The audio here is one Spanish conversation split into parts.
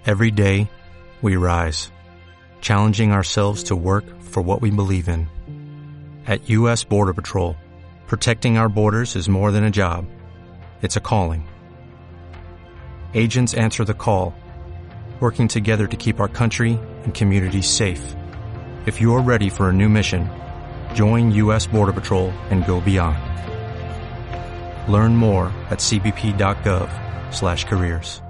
Every day, we rise, challenging ourselves to work for what we believe in. At U.S. Border Patrol, protecting our borders is more than a job. It's a calling. Agents answer the call, working together to keep our country and communities safe. If you're ready for a new mission, join U.S. Border Patrol and go beyond. Learn more at cbp.gov/careers.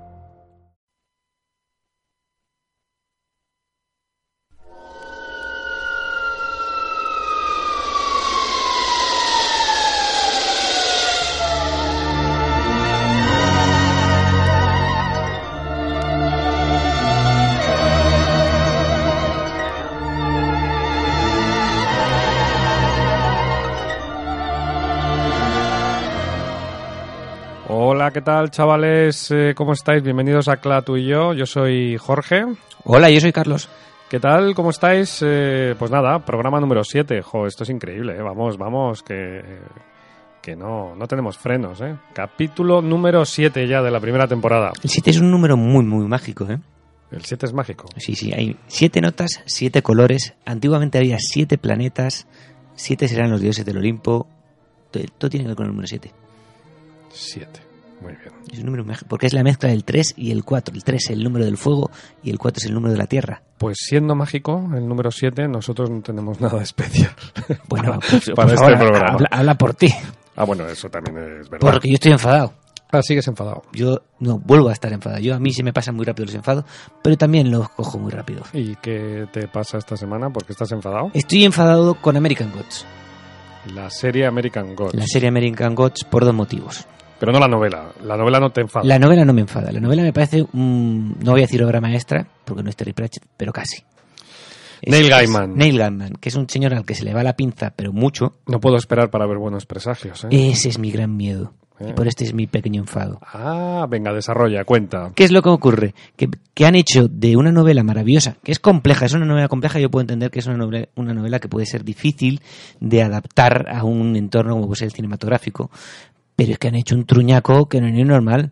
Hola, ¿qué tal, chavales? ¿Cómo estáis? Bienvenidos a Cla, tú y yo. Yo soy Jorge. Hola, yo soy Carlos. ¿Qué tal? ¿Cómo estáis? Pues nada, programa número 7. Jo, esto es increíble, ¿eh? Vamos, que no tenemos frenos, ¿eh? Capítulo número 7 ya de la primera temporada. El 7 es un número muy, muy mágico, ¿eh? ¿El 7 es mágico? Sí, hay 7 notas, 7 colores. Antiguamente había 7 planetas. 7 serán los dioses del Olimpo. Todo tiene que ver con el número 7. 7, muy bien. Es un número mágico, porque es la mezcla del 3 y el 4. El 3 es el número del fuego y el 4 es el número de la tierra. Pues siendo mágico, el número 7, nosotros no tenemos nada especial. Bueno, pues, para este programa. Habla por ti. Ah, bueno, eso también es verdad. Porque yo estoy enfadado. Ah, sigues enfadado. Yo no vuelvo a estar enfadado. A mí se me pasan muy rápido los enfados, pero también los cojo muy rápido. ¿Y qué te pasa esta semana? ¿Por qué estás enfadado? Estoy enfadado con American Gods. La serie American Gods. La serie American Gods por 2 motivos. Pero no la novela. La novela no te enfada. La novela no me enfada. La novela me parece no voy a decir obra maestra, porque no es Terry Pratchett, pero casi. Neil Gaiman. Neil Gaiman, que es un señor al que se le va la pinza, pero mucho. No puedo esperar para ver buenos presagios, ¿eh? Ese es mi gran miedo. Y por este es mi pequeño enfado. Ah, venga, desarrolla, cuenta. ¿Qué es lo que ocurre? Que han hecho de una novela maravillosa, que es compleja, es una novela compleja, yo puedo entender que es una novela que puede ser difícil de adaptar a un entorno como puede ser el cinematográfico, pero es que han hecho un truñaco que no es ni normal.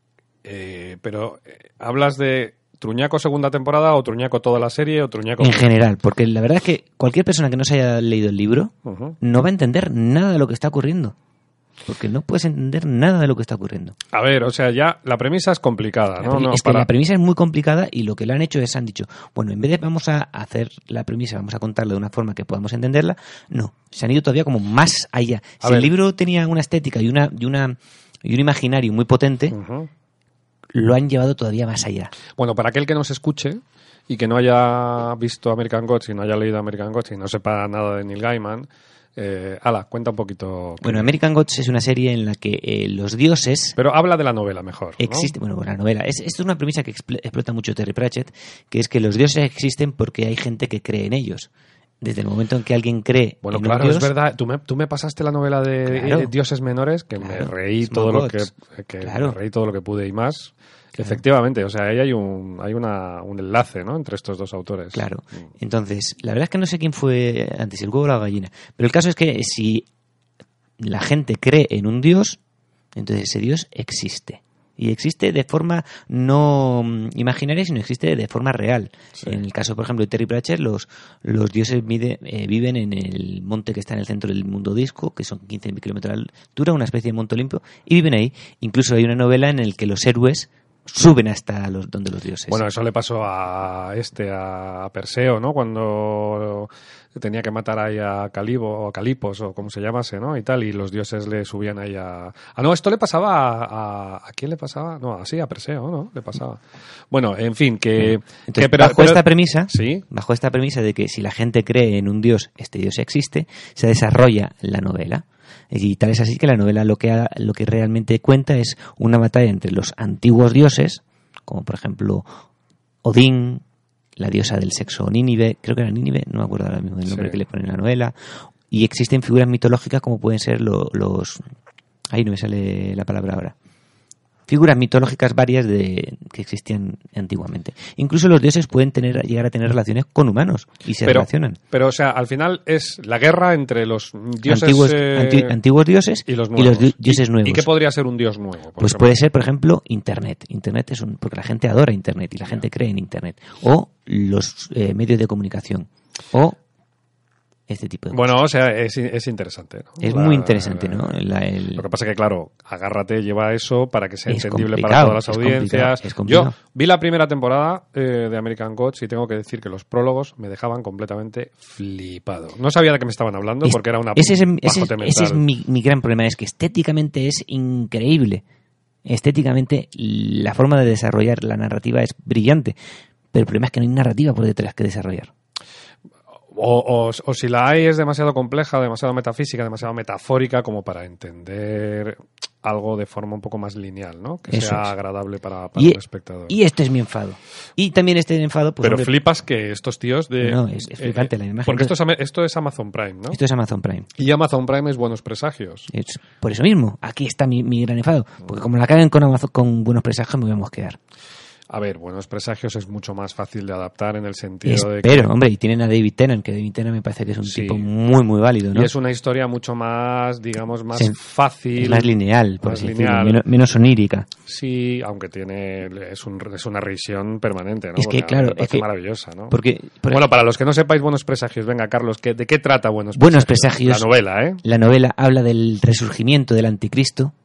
Pero, ¿hablas de truñaco segunda temporada o truñaco toda la serie o truñaco...? En general, porque la verdad es que cualquier persona que no se haya leído el libro no va a entender nada de lo que está ocurriendo. Porque no puedes entender nada de lo que está ocurriendo. A ver, o sea, ya la premisa es complicada, ¿no? La premisa es muy complicada y lo que le han hecho es, han dicho, bueno, en vez de vamos a hacer la premisa, vamos a contarla de una forma que podamos entenderla, no, se han ido todavía como más allá. Si el libro tenía una estética y un imaginario muy potente, lo han llevado todavía más allá. Bueno, para aquel que nos escuche y que no haya visto American Gods y no haya leído American Gods y no sepa nada de Neil Gaiman... cuenta un poquito. Bueno, American Gods es una serie en la que los dioses... Pero habla de la novela mejor, ¿no? Bueno, la novela. Esto es una premisa que explota mucho Terry Pratchett, que es que los dioses existen porque hay gente que cree en ellos. Desde el momento en que alguien cree en un dios... es verdad. Tú me pasaste la novela de Dioses Menores, que me reí todo lo que me reí todo lo que pude y más. Efectivamente, o sea, ahí hay un enlace, ¿no?, entre estos dos autores. Claro. Entonces, la verdad es que no sé quién fue antes, el huevo o la gallina. Pero el caso es que si la gente cree en un dios, entonces ese dios existe. Y existe de forma no imaginaria, sino existe de forma real. Sí. En el caso, por ejemplo, de Terry Pratchett, los dioses viven en el monte que está en el centro del mundo disco, que son 15 kilómetros de altura, una especie de monte limpio, y viven ahí. Incluso hay una novela en la que los héroes suben hasta donde los dioses. Bueno, eso le pasó a Perseo, ¿no? Cuando tenía que matar ahí a Calipos, o como se llamase, ¿no? Y tal, y los dioses le subían ahí a... Ah, no, esto le pasaba ¿a quién le pasaba? No, así a Perseo, ¿no? Le pasaba. Bueno, en fin, Entonces, bajo esta premisa de que si la gente cree en un dios, este dios existe, se desarrolla la novela. Y tal es así que la novela lo que realmente cuenta es una batalla entre los antiguos dioses, como por ejemplo Odín, la diosa del sexo Nínive, creo que era Nínive, no me acuerdo ahora mismo del nombre que le ponen en la novela, y existen figuras mitológicas como pueden ser los... Ahí no me sale la palabra ahora. figuras mitológicas varias que existían antiguamente. Incluso los dioses pueden llegar a tener relaciones con humanos y se relacionan. Pero, o sea, al final es la guerra entre los dioses antiguos dioses y los dioses nuevos. ¿Y qué podría ser un dios nuevo? Pues puede ser, por ejemplo, Internet. Internet porque la gente adora Internet y la gente cree en Internet. O los medios de comunicación. O este tipo de cosas. Bueno, o sea, es interesante, ¿no? Es muy interesante, ¿no? Lo que pasa es que, claro, Agárrate lleva eso para que sea entendible para complicado, todas las audiencias. Es complicado. Yo vi la primera temporada de American Gods y tengo que decir que los prólogos me dejaban completamente flipado. No sabía de qué me estaban hablando porque era una ese es mi gran problema, es que estéticamente es increíble. Estéticamente la forma de desarrollar la narrativa es brillante, pero el problema es que no hay narrativa por detrás que desarrollar. O si la hay es demasiado compleja, demasiado metafísica, demasiado metafórica como para entender algo de forma un poco más lineal, ¿no? Que Eso sea es agradable para el espectador. Y este es mi enfado. Y también este enfado... Pues, pero hombre, flipas que estos tíos de... No, es flipante la imagen. Porque esto es Amazon Prime, ¿no? Esto es Amazon Prime. Y Amazon Prime es Buenos Presagios. Por eso mismo, aquí está mi gran enfado. Porque como la cagan con Buenos Presagios me voy a mosquear. A ver, Buenos Presagios es mucho más fácil de adaptar en el sentido de que... Pero, hombre, y tienen a David Tennant, que David Tennant me parece que es un tipo muy, muy válido, ¿no? Y es una historia mucho más, digamos, más fácil. Más lineal, por así decirlo, menos onírica. Sí, aunque es una revisión permanente, ¿no? Es que, porque claro, es maravillosa, ¿no? Bueno, para los que no sepáis Buenos Presagios, venga, Carlos, ¿de qué trata Buenos Presagios? La novela, ¿eh? La novela habla del resurgimiento del anticristo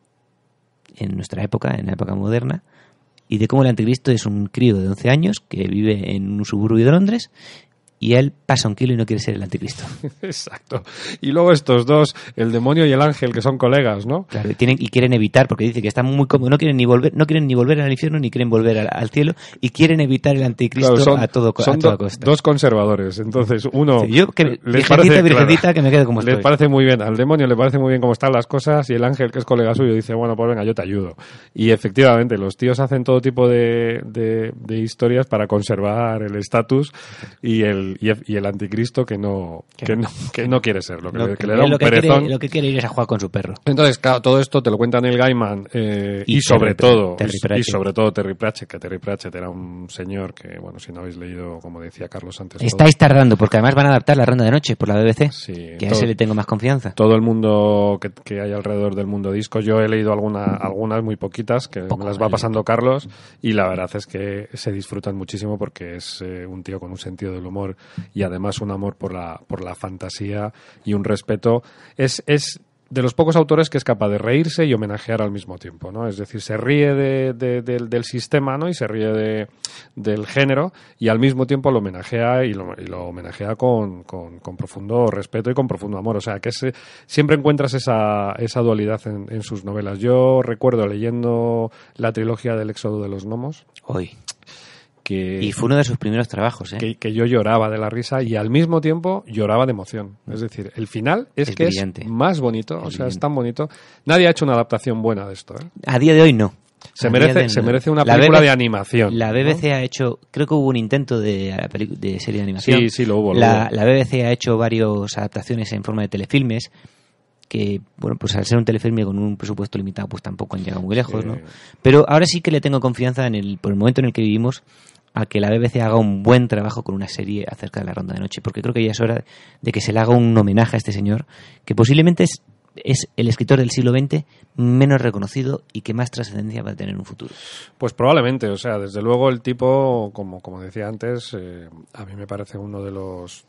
en nuestra época, en la época moderna, y de cómo el anticristo es un crío de 11 años que vive en un suburbio de Londres y él pasa un kilo y no quiere ser el anticristo. Exacto. Y luego estos dos, el demonio y el ángel, que son colegas, ¿no? Claro, y quieren evitar, porque dice que están muy cómodos, no quieren ni volver al infierno ni quieren volver al cielo y quieren evitar el anticristo a toda costa. Dos conservadores. Entonces, uno... Sí, yo, virgencita, que me quedo como estoy. Les parece muy bien, al demonio le parece muy bien cómo están las cosas y el ángel, que es colega suyo, dice, bueno, pues venga, yo te ayudo. Y efectivamente, los tíos hacen todo tipo de historias para conservar el estatus y el anticristo que no quiere ser, lo que le da un perezón. Lo que quiere ir es a jugar con su perro. Entonces, claro, todo esto te lo cuenta Neil Gaiman y sobre todo Terry Pratchett, que Terry Pratchett era un señor que, bueno, si no habéis leído, como decía Carlos antes... Estáis tardando, porque además van a adaptar La Ronda de Noche por la BBC, sí, que a ese le tengo más confianza. Todo el mundo que hay alrededor del mundo disco, yo he leído algunas muy poquitas, que me las va pasando Carlos, y la verdad es que se disfrutan muchísimo porque es un tío con un sentido del humor y además un amor por la fantasía y un respeto. Es de los pocos autores que es capaz de reírse y homenajear al mismo tiempo, ¿no? Es decir, se ríe del sistema, ¿no? Y se ríe del género y al mismo tiempo lo homenajea y lo homenajea con profundo respeto y con profundo amor. O sea, que siempre encuentras esa dualidad en sus novelas. Yo recuerdo leyendo la trilogía del Éxodo de los Gnomos. Y fue uno de sus primeros trabajos, ¿eh? Que yo lloraba de la risa y al mismo tiempo lloraba de emoción. Es decir, el final es brillante. Es más bonito, es tan bonito. Nadie ha hecho una adaptación buena de esto, ¿eh? A día de hoy no. Se merece una película de animación. La BBC, ¿no? Ha hecho, creo que hubo un intento de serie de animación. Sí, lo hubo. La BBC ha hecho varias adaptaciones en forma de telefilmes que, bueno, pues al ser un telefilme con un presupuesto limitado, pues tampoco han llegado muy lejos, ¿no? Pero ahora sí que le tengo confianza por el momento en el que vivimos, a que la BBC haga un buen trabajo con una serie acerca de La Ronda de Noche, porque creo que ya es hora de que se le haga un homenaje a este señor, que posiblemente es el escritor del siglo XX menos reconocido y que más trascendencia va a tener en un futuro. Pues probablemente, o sea, desde luego el tipo, como decía antes, a mí me parece uno de los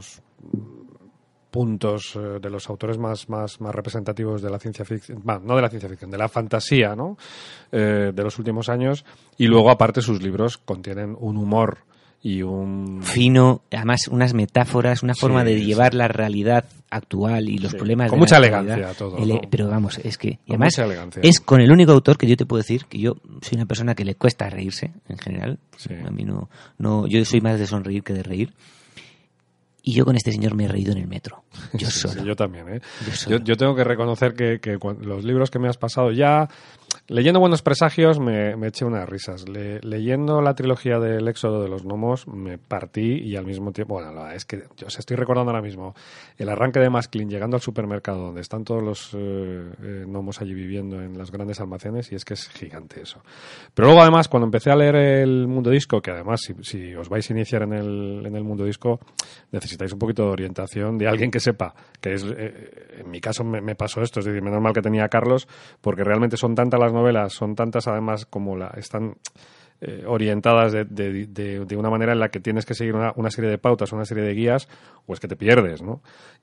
puntos de los autores más representativos de la ciencia ficción, no de la ciencia ficción, de la fantasía, ¿no? De los últimos años. Y luego, aparte, sus libros contienen un humor y un... fino, además unas metáforas, una forma de llevar la realidad actual y los problemas con de mucha la elegancia todo, ¿no? Pero vamos, es que... Y con además es con el único autor que yo te puedo decir que yo soy una persona que le cuesta reírse, en general. Sí. A mí no, yo soy más de sonreír que de reír. Y yo con este señor me he reído en el metro. Yo Sí, solo. yo también, ¿eh? Yo solo. Yo tengo que reconocer que los libros que me has pasado ya... Leyendo Buenos Presagios me eché unas risas. Leyendo la trilogía del Éxodo de los Gnomos me partí y al mismo tiempo... Bueno, es que yo estoy recordando ahora mismo el arranque de Masklin llegando al supermercado donde están todos los gnomos allí viviendo en los grandes almacenes y es que es gigante eso. Pero luego además cuando empecé a leer el Mundo Disco, que además si os vais a iniciar en el Mundo Disco necesitáis un poquito de orientación de alguien que sepa, que es en mi caso me pasó esto, es decir, menos mal que tenía a Carlos porque realmente son tantas las novelas, son tantas además como están orientadas de una manera en la que tienes que seguir una serie de pautas, una serie de guías, o es que te pierdes, ¿no?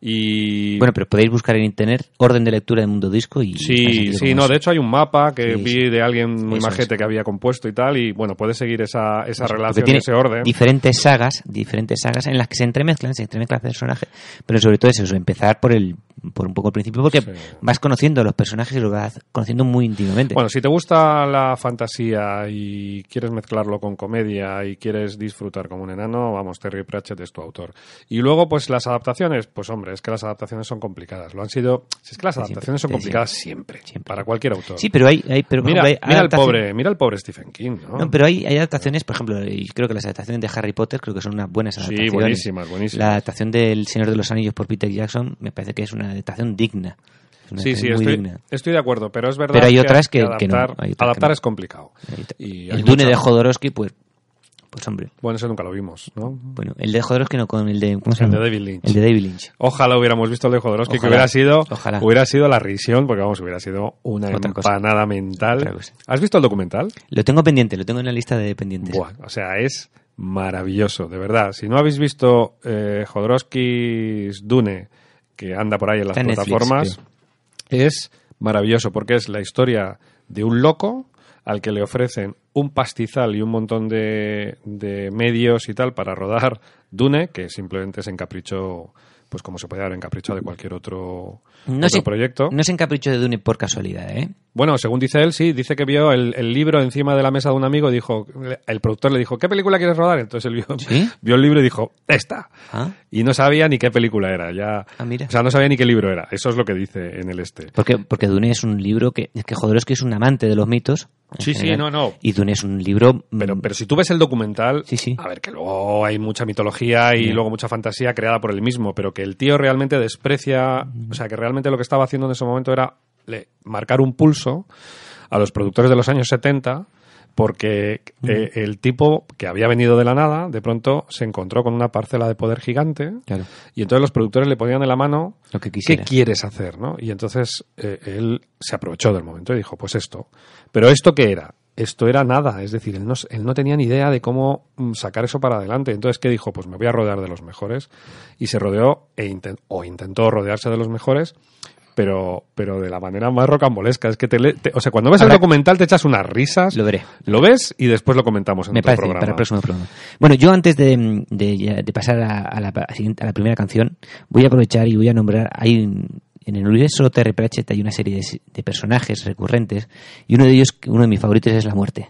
Y Bueno, pero podéis buscar en internet orden de lectura de Mundo Disco y... sí, no, de hecho hay un mapa que Sí, vi sí. de alguien muy Eso majete es. que había compuesto y tal, y bueno, puedes seguir esa Porque relación, tiene ese orden. diferentes sagas en las que se entremezclan personajes, pero sobre todo es eso, empezar por un poco el principio, porque Sí. vas conociendo a los personajes y los vas conociendo muy íntimamente. Bueno, si te gusta la fantasía y quieres mezclarlo con comedia y quieres disfrutar como un enano, vamos, Terry Pratchett es tu autor. Y luego, pues las adaptaciones, pues hombre, es que las adaptaciones son complicadas. Lo han sido... Si es que las adaptaciones son complicadas siempre, para cualquier autor. Sí, pero pero por Mira, ejemplo, hay mira el pobre Stephen King, ¿no? No, pero hay adaptaciones, por ejemplo, y creo que las adaptaciones de Harry Potter creo que son unas buenas adaptaciones. Sí, buenísimas. La adaptación del Señor de los Anillos por Peter Jackson me parece que es una adaptación digna. Es una Sí, adaptación muy digna. estoy de acuerdo, pero es verdad Pero hay otras que no, adaptar, hay otras adaptar que no. es complicado. Y hay El Dune mucha- de Jodorowsky, pues hombre. Bueno, ese nunca lo vimos, ¿no? Bueno, el de Jodorowsky no, con el de... ¿cómo se El de llama? David Lynch. El de David Lynch. Ojalá hubiéramos visto el de Jodorowsky, que Ojalá. hubiera sido la risión, porque vamos, hubiera sido una Otra cosa. empanada mental. Otra cosa. ¿Has visto el documental? Lo tengo pendiente, lo tengo en la lista de pendientes. Buah, o sea, es maravilloso, de verdad. Si no habéis visto Jodorowsky's Dune, que anda por ahí en las Está en Netflix, plataformas, es maravilloso, porque es la historia de un loco al que le ofrecen un pastizal y un montón de medios y tal para rodar Dune, que simplemente se encaprichó, pues como se puede haber encaprichado de cualquier otro proyecto. No se encaprichó de Dune por casualidad, ¿eh? Bueno, según dice él, sí, dice que vio el libro encima de la mesa de un amigo y dijo, el productor le dijo, ¿qué película quieres rodar? Entonces él ¿Sí? vio el libro y dijo, esta. Ah. Y no sabía ni qué película era, ya. Ah, mira. O sea, no sabía ni qué libro era. Eso es lo que dice en el este. Porque Dune es un libro que Jodorowsky es un amante de los mitos. en Sí, general, no. Y Dune es un libro... Pero si tú ves el documental, Sí. a ver, que luego hay mucha mitología y luego mucha fantasía creada por él mismo, pero que el tío realmente desprecia, o sea, que realmente lo que estaba haciendo en ese momento era marcar un pulso a los productores de los años 70, porque el tipo que había venido de la nada, de pronto se encontró con una parcela de poder gigante, Claro. y entonces los productores le ponían en la mano Lo que ¿qué quisiera. quieres hacer? ¿No? Y entonces él se aprovechó del momento y dijo, pues esto. ¿Pero esto qué era? Esto era nada, es decir, él no tenía ni idea de cómo sacar eso para adelante. Entonces, ¿qué dijo? Pues me voy a rodear de los mejores. Y se rodeó intentó rodearse de los mejores, pero de la manera más rocambolesca. Es que o sea, cuando ves el documental te echas unas risas. Lo veré. Lo ves y después lo comentamos en Me otro parece, programa. para el próximo programa. Bueno, yo antes de pasar a la primera canción, voy a aprovechar y voy a nombrar... En el universo de Terry Pratchett hay una serie de personajes recurrentes y uno de ellos, uno de mis favoritos, es la muerte.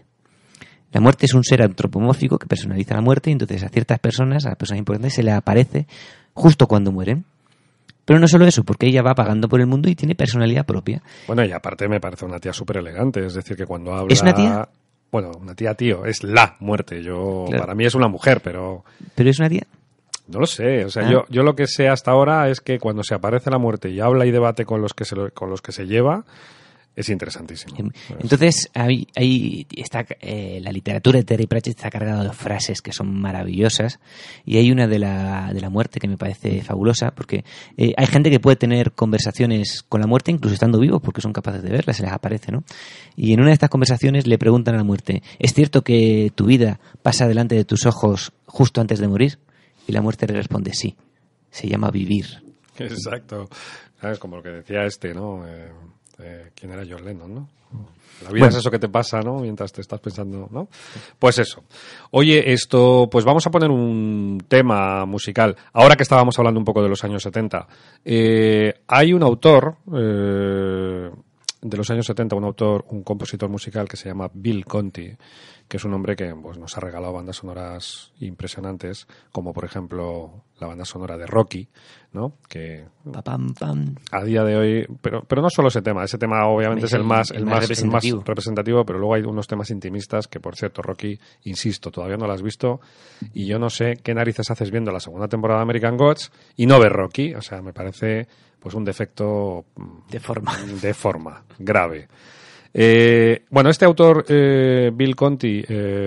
La muerte es un ser antropomórfico que personaliza la muerte y entonces a ciertas personas, a las personas importantes, se le aparece justo cuando mueren. Pero no solo eso, porque ella va pagando por el mundo y tiene personalidad propia. Bueno, y aparte me parece una tía súper elegante. Es decir, que cuando habla... ¿Es una tía? Bueno, una tía, tío. Es la muerte. Claro. Para mí es una mujer, pero... ¿Pero es una tía? No lo sé, o sea, Ah. yo lo que sé hasta ahora es que cuando se aparece la muerte y habla y debate con los que se lleva, es interesantísimo. Entonces, ahí está la literatura de Terry Pratchett está cargada de frases que son maravillosas y hay una de la muerte que me parece fabulosa porque hay gente que puede tener conversaciones con la muerte incluso estando vivos porque son capaces de verla, se les aparece, ¿no? Y en una de estas conversaciones le preguntan a la muerte, ¿es cierto que tu vida pasa delante de tus ojos justo antes de morir? Y la muerte le responde, sí, se llama vivir. Exacto. ¿Sabes? Como lo que decía ¿no? ¿Quién era John Lennon, no? La vida es eso que te pasa, ¿no? Mientras te estás pensando, ¿no? Pues eso. Oye, pues vamos a poner un tema musical. Ahora que estábamos hablando un poco de los años 70, hay un autor de los años 70, un compositor musical que se llama Bill Conti, que es un hombre que pues, nos ha regalado bandas sonoras impresionantes, como por ejemplo la banda sonora de Rocky, ¿no? Que a día de hoy, pero no solo ese tema obviamente es el más representativo, pero luego hay unos temas intimistas que, por cierto, Rocky, insisto, todavía no lo has visto y yo no sé qué narices haces viendo la segunda temporada de American Gods y no ves Rocky, o sea, me parece pues un defecto de forma grave. Bueno, este autor, Bill Conti,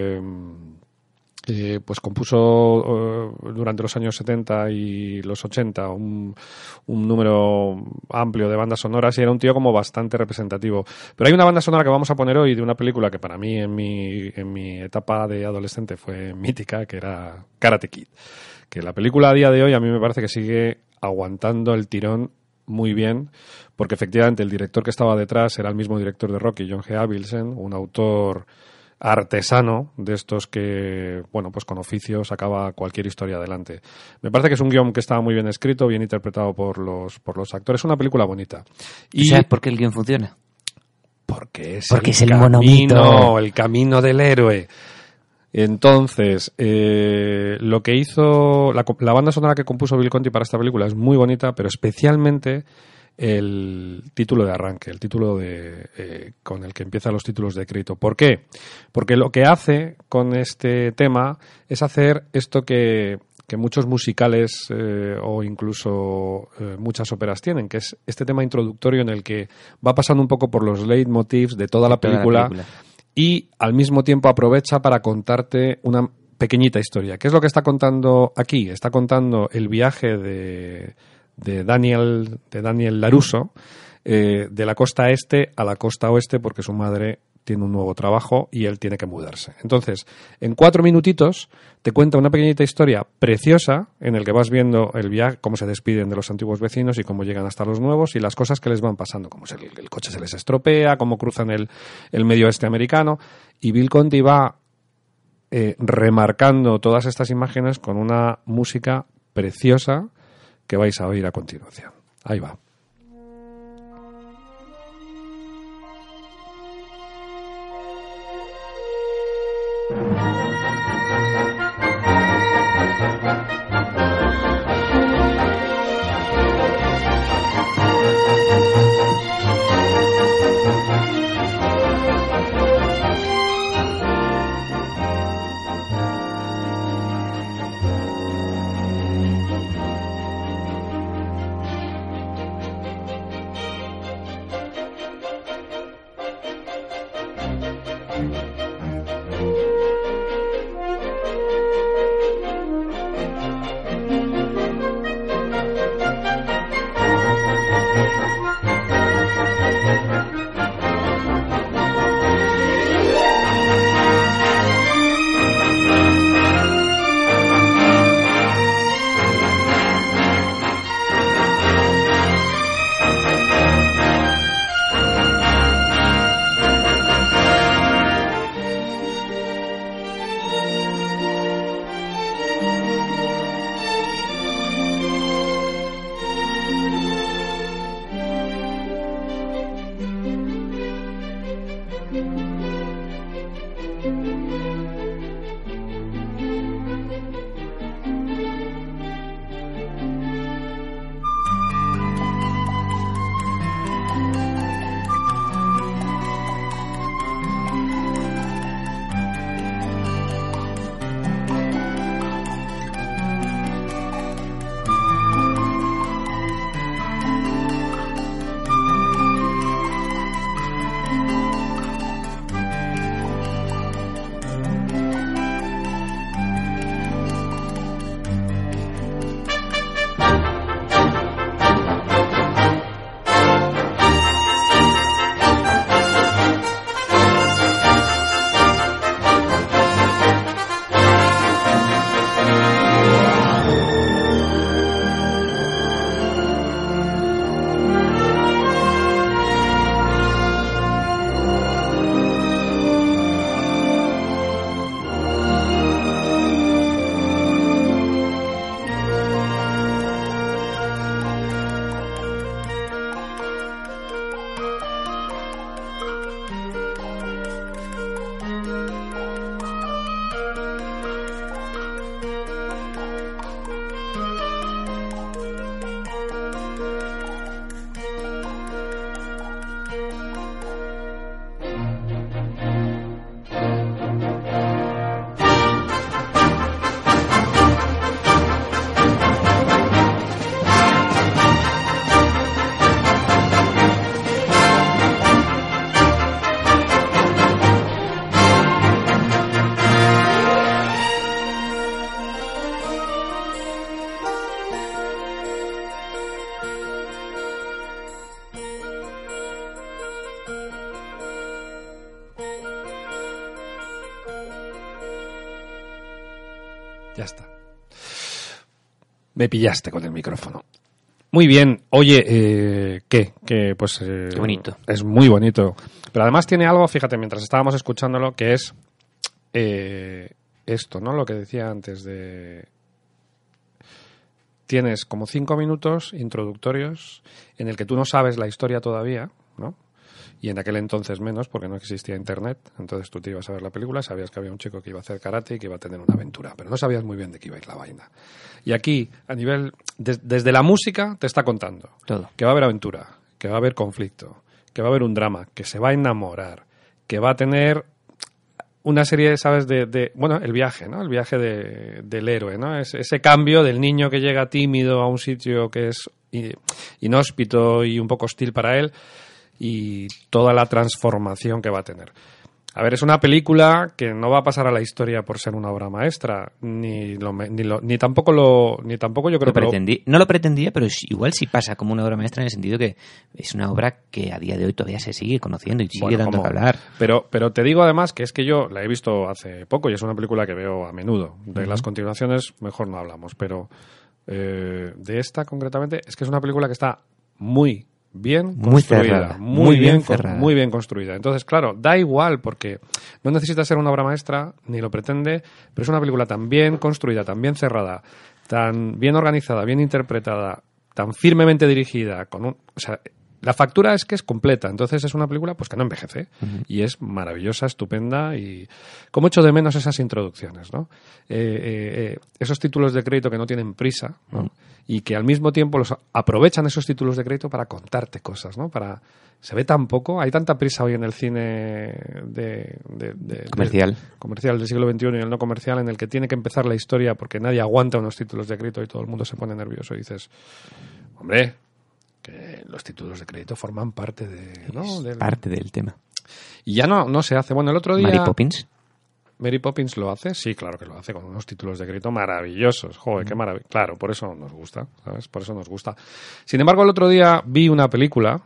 pues compuso durante los años 70 y los 80 un número amplio de bandas sonoras y era un tío como bastante representativo. Pero hay una banda sonora que vamos a poner hoy de una película que para mí en mi etapa de adolescente fue mítica, que era Karate Kid. Que la película a día de hoy a mí me parece que sigue aguantando el tirón muy bien, porque efectivamente el director que estaba detrás era el mismo director de Rocky, John G. Avildsen, un autor artesano de estos que, bueno, pues con oficio sacaba cualquier historia adelante. Me parece que es un guión que estaba muy bien escrito, bien interpretado por los actores. Es una película bonita. ¿Y sabes por qué el guión funciona? Porque es el monomito. El camino del héroe. Entonces, lo que hizo la banda sonora que compuso Bill Conti para esta película es muy bonita, pero especialmente el título de arranque, el título con el que empiezan los títulos de crédito. ¿Por qué? Porque lo que hace con este tema es hacer esto que muchos musicales o incluso muchas óperas tienen, que es este tema introductorio en el que va pasando un poco por los leitmotivs de toda la película. Y al mismo tiempo aprovecha para contarte una pequeñita historia. ¿Qué es lo que está contando aquí? Está contando el viaje de Daniel LaRusso de la costa este a la costa oeste porque su madre tiene un nuevo trabajo y él tiene que mudarse. Entonces, en 4 minutitos te cuenta una pequeñita historia preciosa en el que vas viendo el viaje, cómo se despiden de los antiguos vecinos y cómo llegan hasta los nuevos y las cosas que les van pasando, como el coche se les estropea, cómo cruzan el medio oeste americano. Y Bill Conti va remarcando todas estas imágenes con una música preciosa que vais a oír a continuación. Ahí va. Ya está. Me pillaste con el micrófono. Muy bien. Oye, ¿qué? Pues, Qué bonito. Es muy bonito. Pero además tiene algo, fíjate, mientras estábamos escuchándolo, que es esto, ¿no? Lo que decía antes de... Tienes como 5 minutos introductorios en el que tú no sabes la historia todavía, ¿no? Y en aquel entonces menos, porque no existía internet. Entonces tú te ibas a ver la película, sabías que había un chico que iba a hacer karate y que iba a tener una aventura, pero no sabías muy bien de qué iba a ir la vaina. Y aquí, a nivel... desde la música te está contando Todo. que va a haber aventura, que va a haber conflicto, que va a haber un drama, que se va a enamorar, que va a tener una serie, ¿sabes? Bueno, el viaje, ¿no? El viaje del héroe, ¿no? Ese cambio del niño que llega tímido a un sitio que es inhóspito y un poco hostil para él, y toda la transformación que va a tener. A ver, es una película que no va a pasar a la historia por ser una obra maestra, ni tampoco yo creo que no lo pretendía, pero igual sí pasa como una obra maestra en el sentido que es una obra que a día de hoy todavía se sigue conociendo y sigue dando que hablar. Pero te digo además que es que yo la he visto hace poco y es una película que veo a menudo. De las continuaciones mejor no hablamos, pero de esta concretamente es que es una película que está muy bien construida, muy bien construida. Entonces, claro, da igual porque no necesita ser una obra maestra ni lo pretende, pero es una película tan bien construida, tan bien cerrada, tan bien organizada, bien interpretada, tan firmemente dirigida, o sea, la factura es que es completa. Entonces es una película pues que no envejece y es maravillosa, estupenda, y como echo de menos esas introducciones, ¿no? Esos títulos de crédito que no tienen prisa, ¿no? Y que al mismo tiempo los aprovechan esos títulos de crédito para contarte cosas, ¿no? Se ve tan poco, hay tanta prisa hoy en el cine comercial del siglo XXI y el no comercial, en el que tiene que empezar la historia porque nadie aguanta unos títulos de crédito y todo el mundo se pone nervioso y dices, hombre, que los títulos de crédito forman parte parte del tema. Y ya no se hace. Bueno, el otro día... Mary Poppins lo hace, sí, claro que lo hace, con unos títulos de crédito maravillosos. Joder, qué maravilla. Claro, por eso nos gusta, ¿sabes? Por eso nos gusta. Sin embargo, el otro día vi una película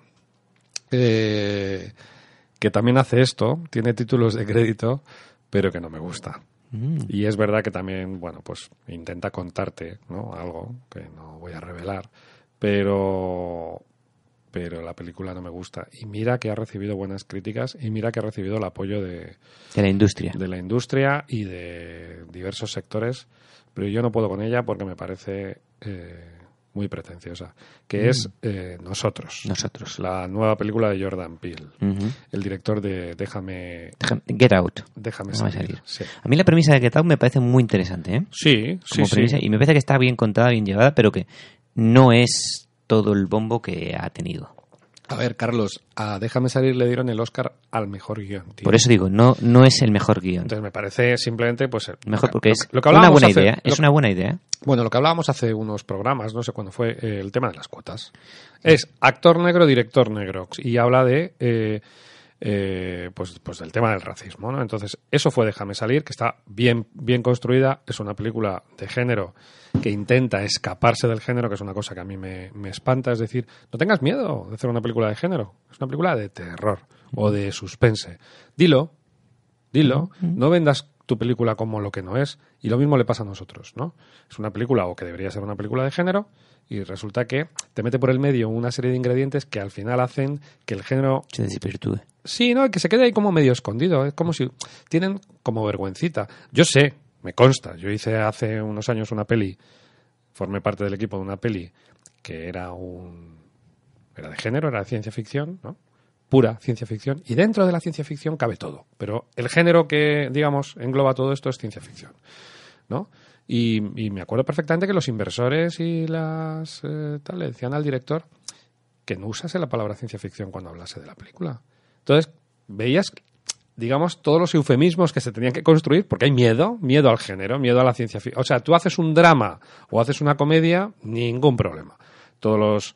que también hace esto, tiene títulos de crédito, pero que no me gusta. Y es verdad que también, bueno, pues intenta contarte, ¿no? Algo que no voy a revelar, pero la película no me gusta. Y mira que ha recibido buenas críticas y mira que ha recibido el apoyo de la industria. De la industria y de diversos sectores, pero yo no puedo con ella porque me parece muy pretenciosa, que es Nosotros, la nueva película de Jordan Peele, el director de Get Out. Déjame salir. Sí. A mí la premisa de Get Out me parece muy interesante, ¿eh? Sí, como premisa, y me parece que está bien contada, bien llevada, pero que no es todo el bombo que ha tenido. A ver, Carlos, a Déjame salir le dieron el Oscar al mejor guión, tío. Por eso digo, no es el mejor guión. Entonces me parece simplemente pues mejor porque es una buena idea. Es una buena idea. Bueno, lo que hablábamos hace unos programas, no sé cuándo fue, el tema de las cuotas. Es actor negro, director negro, y habla de pues del tema del racismo, ¿no? Entonces, eso fue Déjame salir, que está bien construida, es una película de género que intenta escaparse del género, que es una cosa que a mí me espanta. Es decir, no tengas miedo de hacer una película de género, es una película de terror o de suspense. Dilo, no vendas tu película como lo que no es, y lo mismo le pasa a Nosotros, ¿no? Es una película, o que debería ser una película de género, y resulta que te mete por el medio una serie de ingredientes que al final hacen que el género se desvirtúe. Sí, no, que se quede ahí como medio escondido, es como si tienen como vergüencita. Yo sé, me consta, yo hice hace unos años una peli, formé parte del equipo de una peli que era de género, era de ciencia ficción, ¿no? Pura ciencia ficción, y dentro de la ciencia ficción cabe todo, pero el género que, digamos, engloba todo esto es ciencia ficción, ¿no? Y me acuerdo perfectamente que los inversores y le decían al director que no usase la palabra ciencia ficción cuando hablase de la película. Entonces, veías, digamos, todos los eufemismos que se tenían que construir, porque hay miedo al género, miedo a la ciencia ficción. O sea, tú haces un drama o haces una comedia, ningún problema. Todos los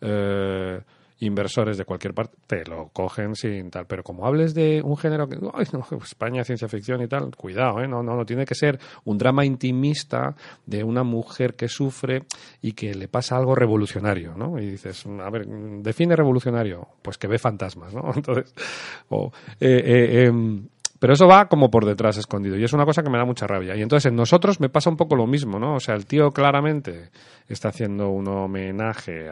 inversores de cualquier parte te lo cogen sin tal, pero como hables de un género que España, ciencia ficción y tal, cuidado, no tiene que ser un drama intimista de una mujer que sufre y que le pasa algo revolucionario, ¿no? Y dices, a ver, define revolucionario, pues que ve fantasmas, ¿no? Entonces, Pero eso va como por detrás, escondido, y es una cosa que me da mucha rabia. Y entonces en nosotros me pasa un poco lo mismo, ¿no? O sea, el tío claramente está haciendo un homenaje,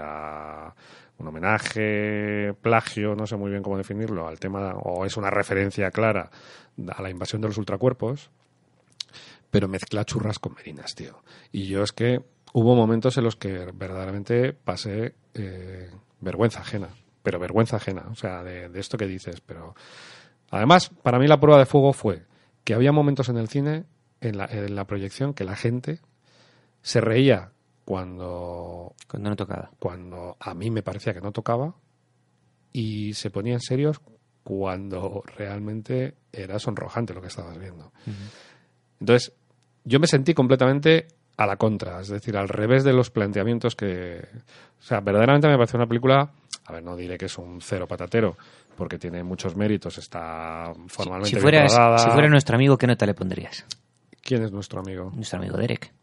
plagio, no sé muy bien cómo definirlo, al tema, o es una referencia clara a la invasión de los ultracuerpos, pero mezcla churras con merinas, tío. Y yo es que hubo momentos en los que verdaderamente pasé vergüenza ajena, o sea, de esto que dices, pero... Además, para mí la prueba de fuego fue que había momentos en el cine, en la proyección, que la gente se reía cuando no tocaba. Cuando a mí me parecía que no tocaba, y se ponían serios cuando realmente era sonrojante lo que estabas viendo. Uh-huh. Entonces, yo me sentí completamente a la contra, es decir, al revés de los planteamientos que... O sea, verdaderamente me pareció una película... A ver, no diré que es un cero patatero, porque tiene muchos méritos, está formalmente si fuera nuestro amigo, ¿qué nota le pondrías? ¿Quién es nuestro amigo? Nuestro amigo Derek.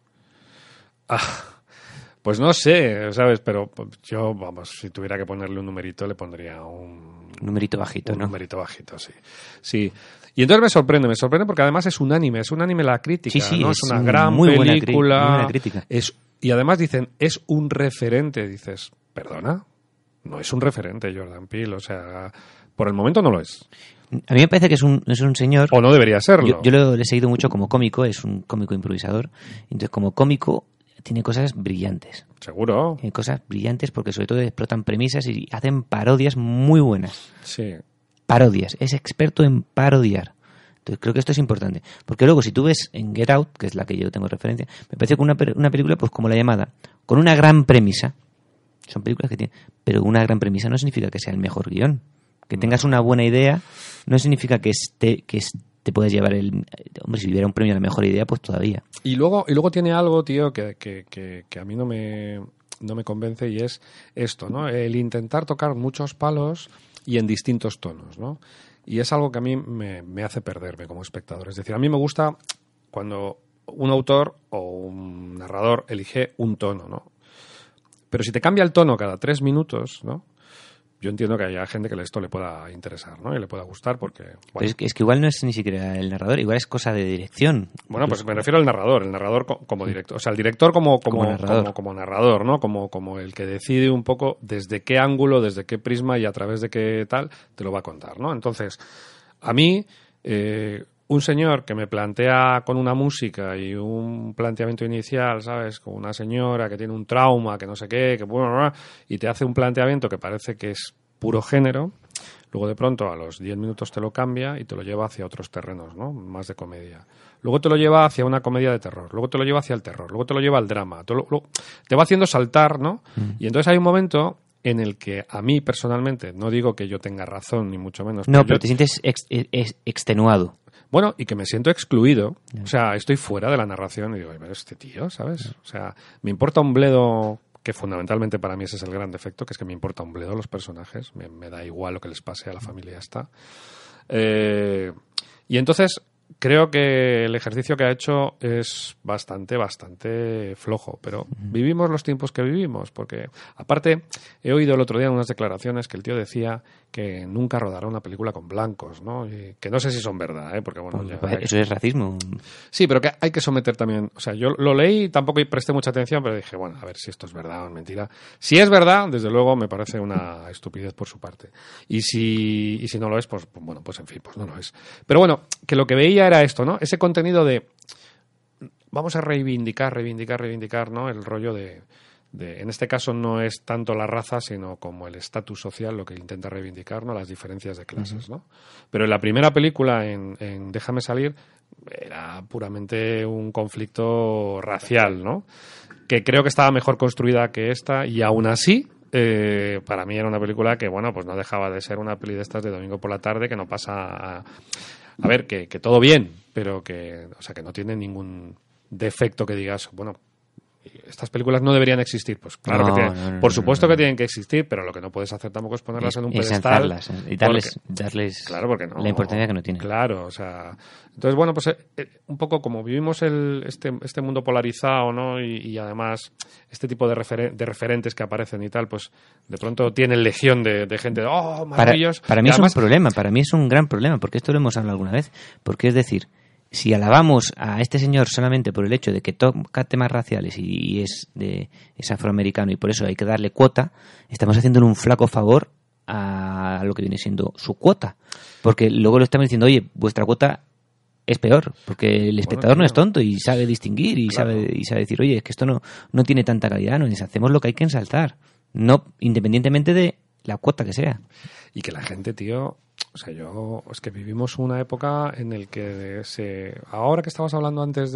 Pues no sé, ¿sabes? Pero yo, vamos, si tuviera que ponerle un numerito, le pondría un numerito bajito, ¿no? Un numerito bajito, sí. Sí. Y entonces me sorprende porque además es unánime la crítica, sí, ¿no? Es una gran muy película. Muy buena crítica. Y además dicen, es un referente. Dices, ¿perdona? No es un referente Jordan Peele, o sea, por el momento no lo es. A mí me parece que es un señor... O no debería serlo. Yo lo he seguido mucho como cómico, es un cómico improvisador. Entonces, como cómico, tiene cosas brillantes. Seguro. Tiene cosas brillantes porque sobre todo explotan premisas y hacen parodias muy buenas. Sí. Parodias. Es experto en parodiar. Entonces creo que esto es importante. Porque luego, si tú ves en Get Out, que es la que yo tengo referencia, me parece que una película pues como La Llamada, con una gran premisa, son películas que tienen... Pero una gran premisa no significa que sea el mejor guión. Que tengas una buena idea no significa que te puedas llevar el... Hombre, si hubiera un premio a la mejor idea, pues todavía. Y luego tiene algo, tío, que a mí no me convence, y es esto, ¿no? El intentar tocar muchos palos y en distintos tonos, ¿no? Y es algo que a mí me hace perderme como espectador. Es decir, a mí me gusta cuando un autor o un narrador elige un tono, ¿no? Pero si te cambia el tono cada 3 minutos, ¿no? Yo entiendo que haya gente que esto le pueda interesar, ¿no? Y le pueda gustar porque... Bueno. Es que igual no es ni siquiera el narrador, igual es cosa de dirección. Bueno, pues me refiero al narrador como director. O sea, el director como narrador, ¿no? Como el que decide un poco desde qué ángulo, desde qué prisma y a través de qué tal te lo va a contar, ¿no? Entonces, a mí... un señor que me plantea con una música y un planteamiento inicial, ¿sabes? Con una señora que tiene un trauma, que no sé qué, y te hace un planteamiento que parece que es puro género, luego de pronto a los 10 minutos te lo cambia y te lo lleva hacia otros terrenos, ¿no? Más de comedia. Luego te lo lleva hacia una comedia de terror, luego te lo lleva hacia el terror, luego te lo lleva al drama, te va haciendo saltar, ¿no? Y entonces hay un momento en el que a mí personalmente, no digo que yo tenga razón ni mucho menos. No, pero te sientes extenuado. Bueno, y que me siento excluido. O sea, estoy fuera de la narración y digo, pero este tío, ¿sabes? O sea, me importa un bledo, que fundamentalmente para mí ese es el gran defecto, que es que me importa un bledo los personajes. Me da igual lo que les pase a la familia esta. Y entonces creo que el ejercicio que ha hecho es bastante flojo, pero vivimos los tiempos que vivimos, porque aparte he oído el otro día en unas declaraciones que el tío decía que nunca rodará una película con blancos, ¿no? Y que no sé si son verdad, porque bueno... Eso es racismo. Sí, pero que hay que someter también... O sea, yo lo leí y tampoco presté mucha atención, pero dije, bueno, a ver si esto es verdad o es mentira. Si es verdad, desde luego me parece una estupidez por su parte. Y si no lo es, pues bueno, pues en fin, pues no lo es. Pero bueno, que lo que veía era esto, ¿no? Ese contenido de... Vamos a reivindicar, ¿no? El rollo de en este caso no es tanto la raza, sino como el estatus social lo que intenta reivindicar, ¿no? Las diferencias de clases, ¿no? Pero en la primera película, en Déjame salir, era puramente un conflicto racial, ¿no? Que creo que estaba mejor construida que esta, y aún así, para mí era una película que, bueno, pues no dejaba de ser una peli de estas de domingo por la tarde, que no pasa a ver, que todo bien, pero que, o sea, que no tiene ningún defecto que digas, bueno... estas películas no deberían existir. Pues claro que tienen, por supuesto que tienen que existir, pero lo que no puedes hacer tampoco es ponerlas en un pedestal. Y darles claro, porque no, la importancia que no tienen. Claro, o sea... Entonces, bueno, pues un poco como vivimos este mundo polarizado, ¿no? Y además este tipo de referentes que aparecen y tal, pues de pronto tienen legión de gente. ¡Oh, maravilloso! Para mí además, es un problema, para mí es un gran problema, porque esto lo hemos hablado alguna vez. Porque es decir, si alabamos a este señor solamente por el hecho de que toca temas raciales y es afroamericano y por eso hay que darle cuota, estamos haciéndole un flaco favor a lo que viene siendo su cuota. Porque luego lo estamos diciendo, oye, vuestra cuota es peor, porque el espectador no es tonto y sabe distinguir y sabe decir, oye, es que esto no tiene tanta calidad, no hacemos lo que hay que ensaltar, no independientemente de la cuota que sea. Y que la gente, tío, o sea, es que vivimos una época en el que ahora que estabas hablando antes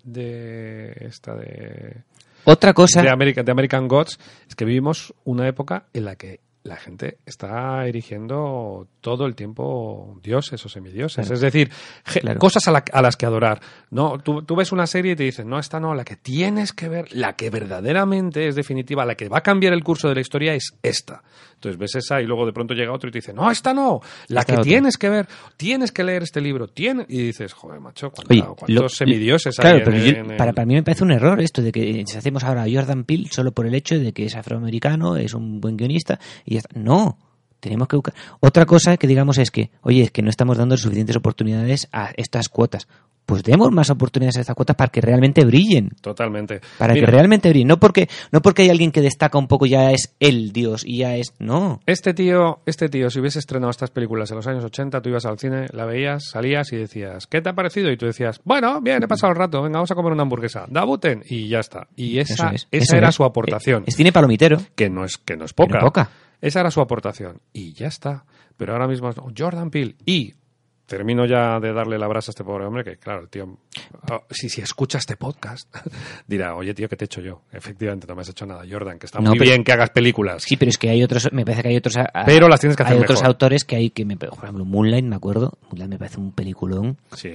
otra cosa de American Gods, es que vivimos una época en la que la gente está erigiendo todo el tiempo dioses o semidioses. Claro. Es decir, cosas a las que adorar. No, tú ves una serie y te dicen, no, esta no, la que tienes que ver, la que verdaderamente es definitiva, la que va a cambiar el curso de la historia es esta. Entonces ves esa y luego de pronto llega otro y te dice, no, esta no, la que tienes que ver, tienes que leer este libro. Y dices, joder, macho, ¿cuántos semidioses hay? Claro, pero para mí me parece un error esto de que hacemos ahora a Jordan Peele solo por el hecho de que es afroamericano, es un buen guionista y ya está. No, tenemos que buscar. Otra cosa que digamos es que, oye, es que no estamos dando suficientes oportunidades a estas cuotas. Pues demos más oportunidades a estas cuotas para que realmente brillen. Totalmente. Para que realmente brillen. No porque hay alguien que destaca un poco ya es el dios y ya es... No. Este tío, si hubiese estrenado estas películas en los años 80, tú ibas al cine, la veías, salías y decías, ¿qué te ha parecido? Y tú decías, bueno, bien, he pasado el rato, venga, vamos a comer una hamburguesa. Dabuten y ya está. Y esa era su aportación. Es cine palomitero. Que no es poca. Esa era su aportación. Y ya está. Pero ahora mismo Jordan Peele y... Termino ya de darle la brasa a este pobre hombre, que claro, el tío, si escucha este podcast, dirá, oye tío, ¿qué te he hecho yo? Efectivamente, no me has hecho nada, Jordan, que está muy bien que hagas películas. Sí, pero es que hay otros, me parece que hay otros... Pero las tienes que hacer hay mejor. Otros autores que por ejemplo, Moonlight, me acuerdo, Moonlight me parece un peliculón sí,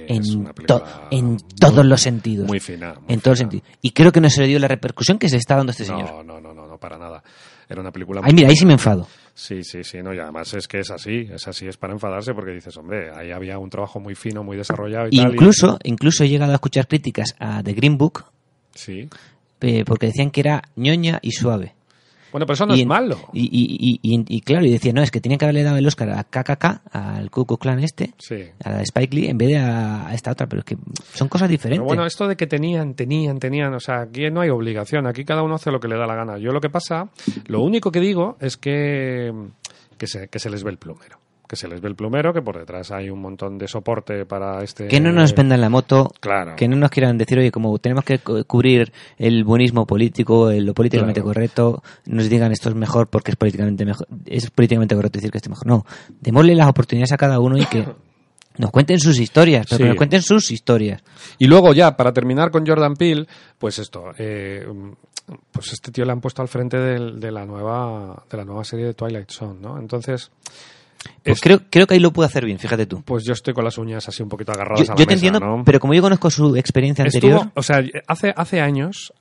en todos los sentidos. Muy fina. En todos los sentidos. Y creo que no se le dio la repercusión que se está dando a este señor. No, para nada. Era una película... Ay, mira, ahí sí me enfado. Sí, no, y además es que es así, es para enfadarse porque dices, hombre, ahí había un trabajo muy fino, muy desarrollado y tal. Incluso he llegado a escuchar críticas a The Green Book, sí, porque decían que era ñoña y suave. Bueno, pero eso no es malo. Y claro, y decía, no, es que tenían que haberle dado el Oscar a KKK, al Ku Klux Klan sí, a la Spike Lee, en vez de a esta otra, pero es que son cosas diferentes. Pero bueno, esto de que tenían, o sea, aquí no hay obligación, aquí cada uno hace lo que le da la gana. Yo lo único que digo es que se les ve el plumero. Que se les ve el plumero, que por detrás hay un montón de soporte para este... Que no nos vendan la moto, claro, que no nos quieran decir, oye, como tenemos que cubrir el buenismo político, lo políticamente correcto, nos digan esto es mejor porque es políticamente correcto decir que esté mejor. No, démosle las oportunidades a cada uno y que nos cuenten sus historias, pero que nos cuenten sus historias. Y luego ya, para terminar con Jordan Peele, pues esto... pues este tío le han puesto al frente de la nueva serie de Twilight Zone, ¿no? Entonces... Pues creo que ahí lo puede hacer bien, fíjate tú. Pues yo estoy con las uñas así un poquito agarradas a la mesa, yo te entiendo, ¿no? Pero como yo conozco su experiencia anterior... O sea, hace años,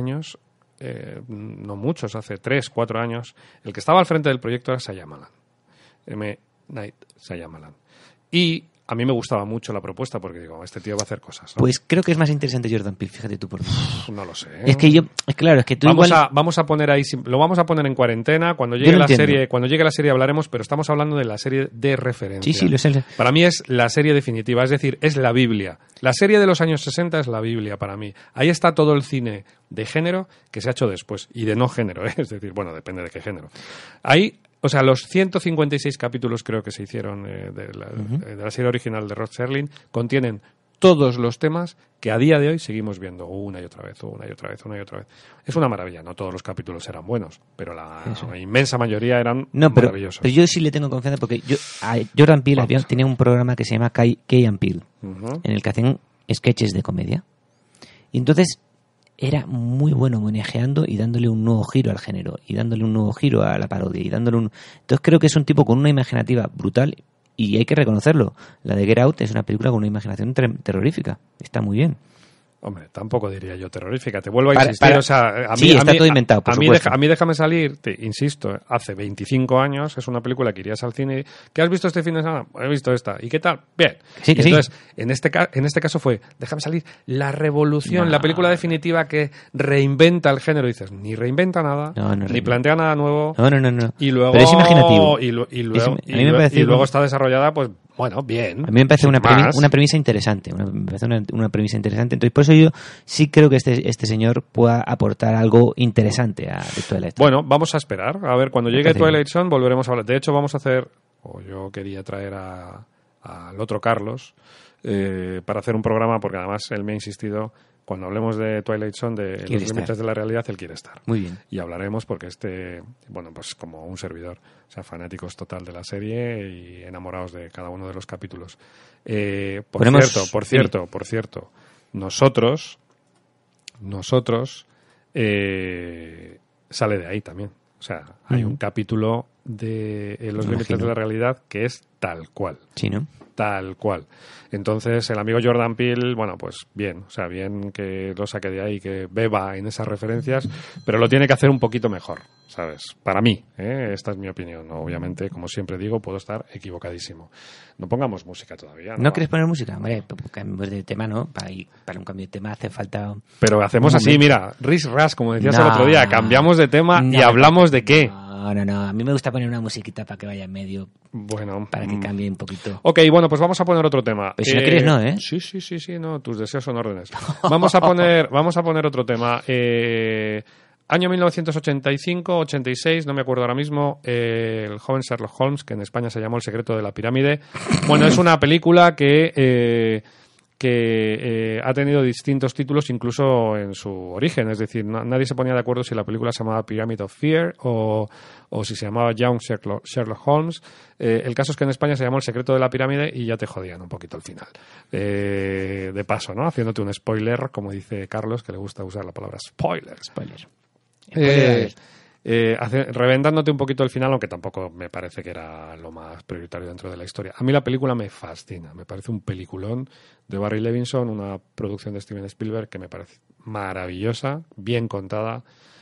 no muchos, hace 3, 4 años, el que estaba al frente del proyecto era Shyamalan. M. Night Shyamalan. Y a mí me gustaba mucho la propuesta porque digo, este tío va a hacer cosas, ¿no? Pues creo que es más interesante Jordan Peele, fíjate tú por mí. No lo sé. Es que claro, es que tú vamos a poner ahí, lo vamos a poner en cuarentena, cuando llegue la serie hablaremos, pero estamos hablando de la serie de referencia. Sí, lo sé. Para mí es la serie definitiva, es decir, es la Biblia. La serie de los años 60 es la Biblia para mí. Ahí está todo el cine de género que se ha hecho después y de no género, ¿eh? Es decir, bueno, depende de qué género. Ahí, o sea, los 156 capítulos creo que se hicieron de la serie original de Rod Serling contienen todos los temas que a día de hoy seguimos viendo una y otra vez. Es una maravilla. No todos los capítulos eran buenos, pero la inmensa mayoría eran maravillosos. Pero yo sí le tengo confianza porque a Jordan Peele tenía un programa que se llama Key and Peele, en el que hacían sketches de comedia. Y entonces era muy bueno homenajeando y dándole un nuevo giro al género y dándole un nuevo giro a la parodia y entonces creo que es un tipo con una imaginativa brutal y hay que reconocerlo. La de Get Out es una película con una imaginación terrorífica, está muy bien. Hombre, tampoco diría yo terrorífica. Te vuelvo a Para- insistir. para- O sea, sí, está todo inventado, por supuesto. a mí Déjame salir, te insisto, hace 25 años es una película que irías al cine. ¿Qué has visto este fin de semana? He visto esta. ¿Y qué tal? Bien. Sí, que Y sí. entonces, en este caso fue Déjame salir, la revolución, No. la película definitiva que reinventa el género. Y dices, ni reinventa nada, No, no ni reinventa. plantea nada nuevo. No. Y luego, Pero es imaginativo. Y luego, a mí me parece luego un- está desarrollada, pues, bueno, bien. A mí me parece sin una más. premisa interesante. Me parece una premisa interesante. Entonces, por eso yo sí creo que este señor pueda aportar algo interesante a The Twilight Zone. Bueno, vamos a esperar. A ver, cuando llegue parece Twilight Zone volveremos a hablar. De hecho, vamos a hacer, o yo quería traer al otro Carlos para hacer un programa, porque además él me ha insistido, cuando hablemos de Twilight Zone, de Quiere los estar. límites de la realidad, él quiere estar. Muy bien. Y hablaremos porque bueno, pues como un servidor, o sea, fanáticos total de la serie y enamorados de cada uno de los capítulos. Por cierto, nosotros sale de ahí también. O sea, hay un capítulo de Los Me límites imagino. de la realidad que es tal cual. Sí, ¿no? Tal cual. Entonces, el amigo Jordan Peele, bueno, pues bien, o sea, bien que lo saque de ahí, que beba en esas referencias, pero lo tiene que hacer un poquito mejor, ¿sabes? Para mí, esta es mi opinión. Obviamente, como siempre digo, puedo estar equivocadísimo. No pongamos música todavía, ¿no? ¿No quieres poner música? Hombre, cambiamos de tema, ¿no? Para un cambio de tema hace falta... Pero hacemos Un así, momento. mira, Riz Ras, como decías el No. otro día, cambiamos de tema y No, hablamos de qué. No. A mí me gusta poner una musiquita para que vaya en medio, Bueno, para que cambie un poquito. Ok, bueno, pues vamos a poner otro tema. Pues si no quieres, no, ¿eh? Sí, no, tus deseos son órdenes. Vamos a poner otro tema. Año 1985, 86, no me acuerdo ahora mismo, el joven Sherlock Holmes, que en España se llamó El secreto de la pirámide. Bueno, es una película que ha tenido distintos títulos incluso en su origen, es decir, nadie se ponía de acuerdo si la película se llamaba Pyramid of Fear o si se llamaba Young Sherlock Holmes. El caso es que en España se llamó El secreto de la pirámide y ya te jodían un poquito al final. De paso, ¿no? Haciéndote un spoiler, como dice Carlos, que le gusta usar la palabra spoiler. Reventándote un poquito el final, aunque tampoco me parece que era lo más prioritario dentro de la historia. A mí la película me fascina, me parece un peliculón de Barry Levinson, una producción de Steven Spielberg que me parece maravillosa, bien contada,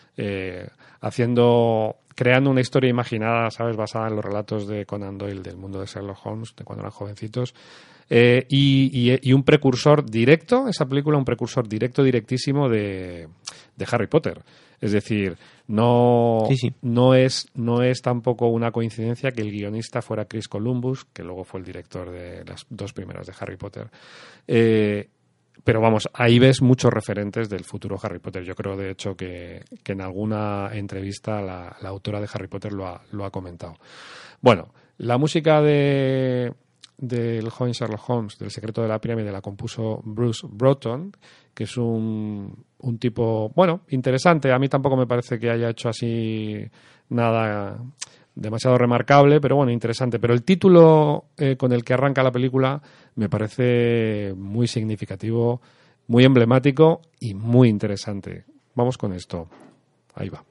creando una historia imaginada, ¿sabes?, basada en los relatos de Conan Doyle del mundo de Sherlock Holmes, de cuando eran jovencitos. Y un precursor directo, esa película, un precursor directísimo de Harry Potter. Es decir, no es tampoco una coincidencia que el guionista fuera Chris Columbus, que luego fue el director de las dos primeras de Harry Potter. Pero vamos, ahí ves muchos referentes del futuro Harry Potter. Yo creo, de hecho, que en alguna entrevista la autora de Harry Potter lo ha comentado. Bueno, la música del joven Sherlock Holmes, del secreto de la pirámide, la compuso Bruce Broughton, que es un tipo, bueno, interesante. A mí tampoco me parece que haya hecho así nada demasiado remarcable, pero bueno, interesante. Pero el título con el que arranca la película me parece muy significativo, muy emblemático y muy interesante. Vamos con esto. Ahí va.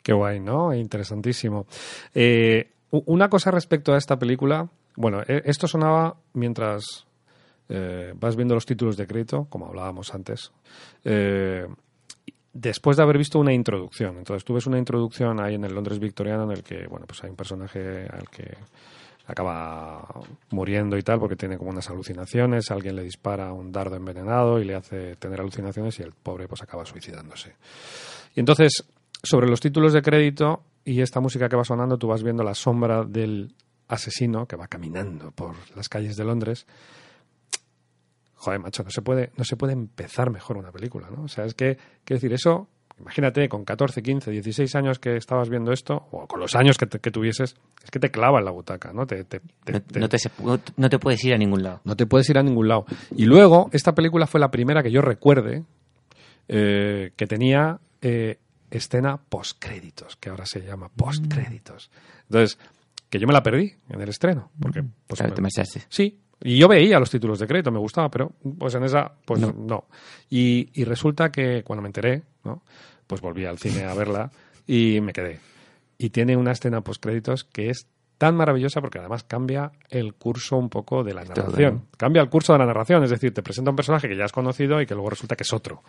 Qué guay, ¿no? Interesantísimo. Una cosa respecto a esta película, bueno, esto sonaba mientras vas viendo los títulos de crédito, como hablábamos antes, después de haber visto una introducción. Entonces tú ves una introducción ahí en el Londres victoriano en el que, bueno, pues hay un personaje al que acaba muriendo y tal porque tiene como unas alucinaciones, alguien le dispara un dardo envenenado y le hace tener alucinaciones y el pobre pues acaba suicidándose. Y entonces, sobre los títulos de crédito y esta música que va sonando, tú vas viendo la sombra del asesino que va caminando por las calles de Londres. Joder, macho, no se puede empezar mejor una película, ¿no? O sea, es que, quiero decir, eso, imagínate, con 14, 15, 16 años que estabas viendo esto, o con los años que tuvieses, es que te clava en la butaca, ¿no? No te puedes ir a ningún lado. No te puedes ir a ningún lado. Y luego, esta película fue la primera que yo recuerde que tenía escena postcréditos, que ahora se llama postcréditos. Entonces, que yo me la perdí en el estreno. Porque, pues, Claro, te marchaste. Sí. Y yo veía los títulos de crédito, me gustaba, pero pues en esa, pues no. Y resulta que cuando me enteré, ¿no? Pues volví al cine a verla y me quedé. Y tiene una escena postcréditos que es tan maravillosa porque además cambia el curso un poco de la narración. Todo. Cambia el curso de la narración, es decir, te presenta un personaje que ya has conocido y que luego resulta que es otro.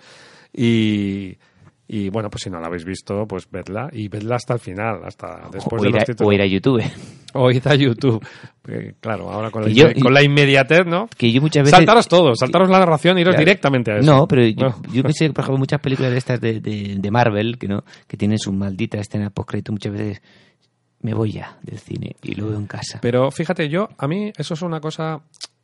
Y bueno, pues si no la habéis visto, pues vedla. Y vedla hasta el final, hasta después de los títulos. O ir a YouTube. O ir a YouTube. Porque, claro, ahora con la inmediatez, ¿no? Que yo muchas veces... Saltaros todo, saltaros la narración e iros directamente a eso. No, pero yo pensé que, por ejemplo, muchas películas de estas de Marvel, que tienen su maldita escena postcrédito, muchas veces me voy ya del cine y lo veo en casa. Pero fíjate, a mí eso es una cosa...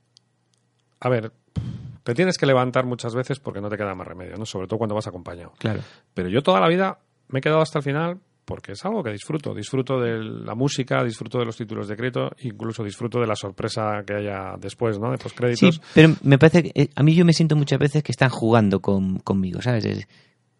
A ver, te tienes que levantar muchas veces porque no te queda más remedio, ¿no? Sobre todo cuando vas acompañado. Claro. Pero yo toda la vida me he quedado hasta el final porque es algo que disfruto. Disfruto de la música, disfruto de los títulos de crédito, incluso disfruto de la sorpresa que haya después, ¿no? De postcréditos. Sí, pero me parece que... A mí yo me siento muchas veces que están jugando conmigo, ¿sabes?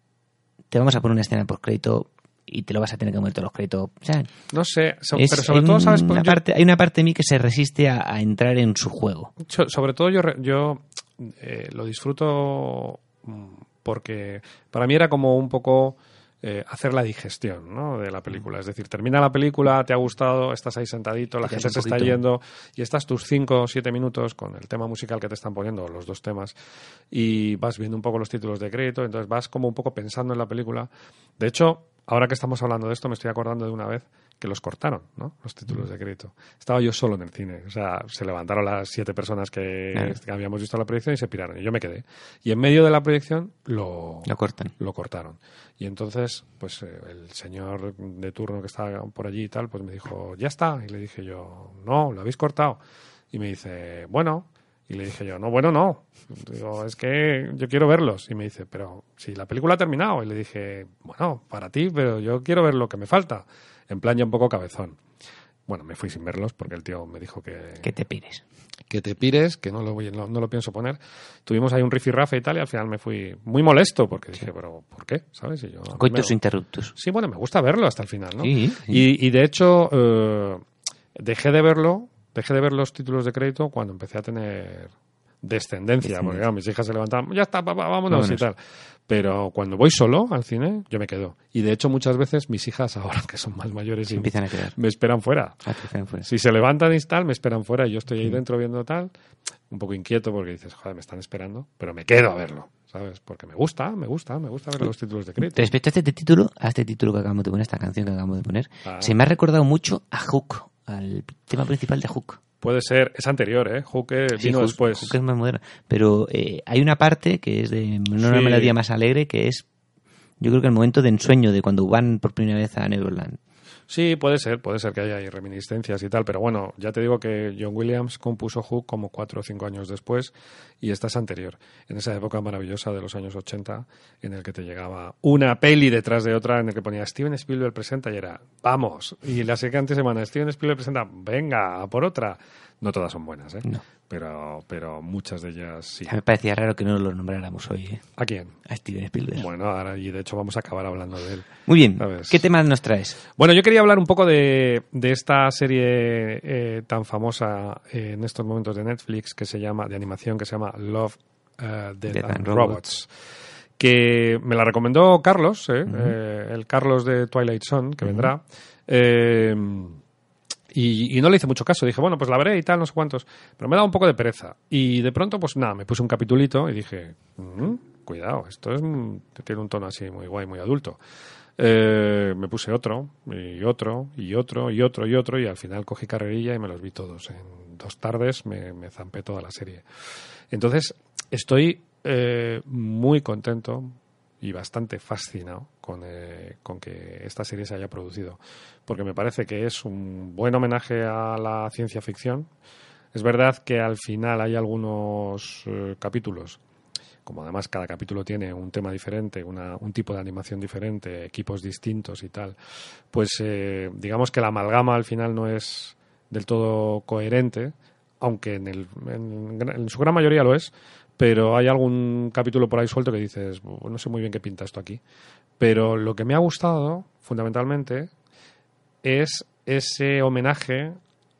Te vamos a poner una escena postcrédito y te lo vas a tener que mover todos los créditos. O sea, no sé, pero sobre todo, ¿sabes? Hay una parte de mí que se resiste a entrar en su juego. Sobre todo yo lo disfruto porque para mí era como un poco hacer la digestión, ¿no? De la película. Es decir, termina la película, te ha gustado, estás ahí sentadito, la gente se está yendo y estás tus 5 o 7 minutos con el tema musical que te están poniendo, los dos temas, y vas viendo un poco los títulos de crédito, entonces vas como un poco pensando en la película. De hecho, ahora que estamos hablando de esto, me estoy acordando de una vez que los cortaron, ¿no? Los títulos de crédito. Estaba yo solo en el cine. O sea, se levantaron las 7 personas que habíamos visto la proyección y se piraron. Y yo me quedé. Y en medio de la proyección lo cortaron. Y entonces, pues el señor de turno que estaba por allí y tal, pues me dijo, ya está. Y le dije yo, no, lo habéis cortado. Y me dice, bueno. Y le dije yo, no, bueno, no. Digo, es que yo quiero verlos. Y me dice, pero si la película ha terminado. Y le dije, bueno, para ti, pero yo quiero ver lo que me falta. En plan ya un poco cabezón. Bueno, me fui sin verlos porque el tío me dijo que... Que te pires. Que te pires, que no lo pienso poner. Tuvimos ahí un rifirrafe y tal, y al final me fui muy molesto porque dije, pero ¿por qué? ¿Sabes? Y yo, Coitus interruptus. Sí, bueno, me gusta verlo hasta el final, ¿no? Sí. Y de hecho, dejé de ver los títulos de crédito cuando empecé a tener descendencia, porque claro, mis hijas se levantaban, ya está, papá, vámonos y tal. Pero cuando voy solo al cine, yo me quedo. Y de hecho, muchas veces mis hijas, ahora que son más mayores, empiezan a quedar. Me esperan fuera. Si se levantan y tal, me esperan fuera y yo estoy ahí dentro viendo tal, un poco inquieto porque dices, joder, me están esperando, pero me quedo a verlo, ¿sabes? Porque me gusta ver los títulos de crédito. Respecto a este título que acabamos de poner, esta canción que acabamos de poner, se me ha recordado mucho a Hook, al tema principal de Hook. Puede ser, es anterior, ¿eh? Hook vino después. Hook es más moderno. Pero hay una parte que es de una melodía más alegre, que es, yo creo que el momento de ensueño de cuando van por primera vez a Neverland. Sí, puede ser que haya ahí reminiscencias y tal, pero bueno, ya te digo que John Williams compuso Hook como 4 o 5 años después y esta es anterior, en esa época maravillosa de los años 80, en el que te llegaba una peli detrás de otra, en el que ponía Steven Spielberg presenta y era, vamos, y la siguiente semana Steven Spielberg presenta, venga, a por otra. No todas son buenas, ¿eh? No. Pero muchas de ellas sí. Me parecía raro que no lo nombráramos hoy, ¿eh? ¿A quién? A Steven Spielberg. Bueno, ahora y de hecho vamos a acabar hablando de él. Muy bien. ¿Sabes? ¿Qué temas nos traes? Bueno, yo quería hablar un poco de esta serie tan famosa en estos momentos de Netflix de animación que se llama Love, Death and Robots. que me la recomendó Carlos, el Carlos de Twilight Zone, que vendrá. Y no le hice mucho caso. Dije, bueno, pues la veré y tal, no sé cuántos. Pero me da un poco de pereza. Y de pronto, pues nada, me puse un capitulito y dije, cuidado, esto tiene un tono así muy guay, muy adulto. Me puse otro, y otro, y otro, y otro, y otro, y al final cogí carrerilla y me los vi todos. En 2 tardes me zampé toda la serie. Entonces, estoy muy contento y bastante fascinado con que esta serie se haya producido, porque me parece que es un buen homenaje a la ciencia ficción. Es verdad que al final hay algunos capítulos, como además cada capítulo tiene un tema diferente, un tipo de animación diferente, equipos distintos y tal, pues digamos que la amalgama al final no es del todo coherente, aunque en su gran mayoría lo es. Pero hay algún capítulo por ahí suelto que dices, no sé muy bien qué pinta esto aquí. Pero lo que me ha gustado, fundamentalmente, es ese homenaje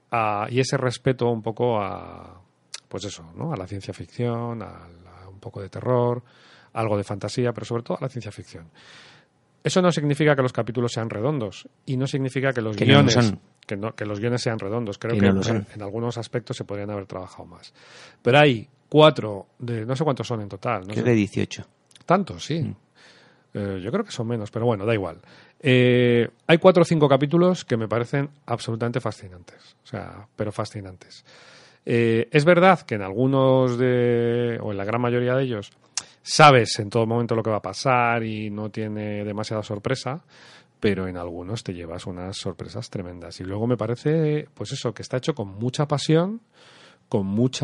y ese respeto un poco a, pues eso, ¿no? A la ciencia ficción, a un poco de terror, algo de fantasía, pero sobre todo a la ciencia ficción. Eso no significa que los capítulos sean redondos y no significa que los guiones que los guiones sean redondos. Creo que en algunos aspectos se podrían haber trabajado más. Pero hay 4 no sé cuántos son en total. Creo que 18. ¿Tantos? Sí. Yo creo que son menos, pero bueno, da igual. Hay 4 o 5 capítulos que me parecen absolutamente fascinantes. O sea, pero fascinantes. Es verdad que en algunos o en la gran mayoría de ellos, sabes en todo momento lo que va a pasar y no tiene demasiada sorpresa, pero en algunos te llevas unas sorpresas tremendas. Y luego me parece, pues eso, que está hecho con mucha pasión, con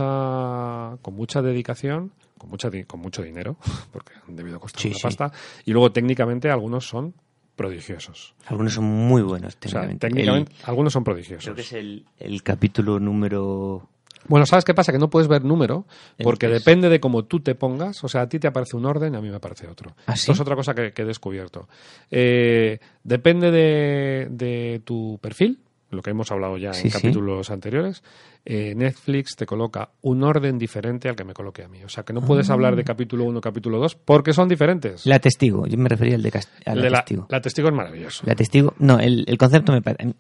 mucha dedicación, con mucho dinero, porque han debido costar una pasta, y luego técnicamente algunos son prodigiosos. Algunos son muy buenos técnicamente. O sea, técnicamente algunos son prodigiosos. Creo que es el capítulo número... Bueno, ¿sabes qué pasa? Que no puedes ver número, porque depende de cómo tú te pongas. O sea, a ti te aparece un orden y a mí me aparece otro. ¿Ah, sí? Esto es otra cosa que he descubierto. Depende de tu perfil, lo que hemos hablado ya en capítulos anteriores. Netflix te coloca un orden diferente al que me coloque a mí. O sea, que no puedes hablar de capítulo 1, capítulo 2, porque son diferentes. La Testigo, yo me refería al de La Testigo. La Testigo es maravilloso. La Testigo, no, el concepto me parece...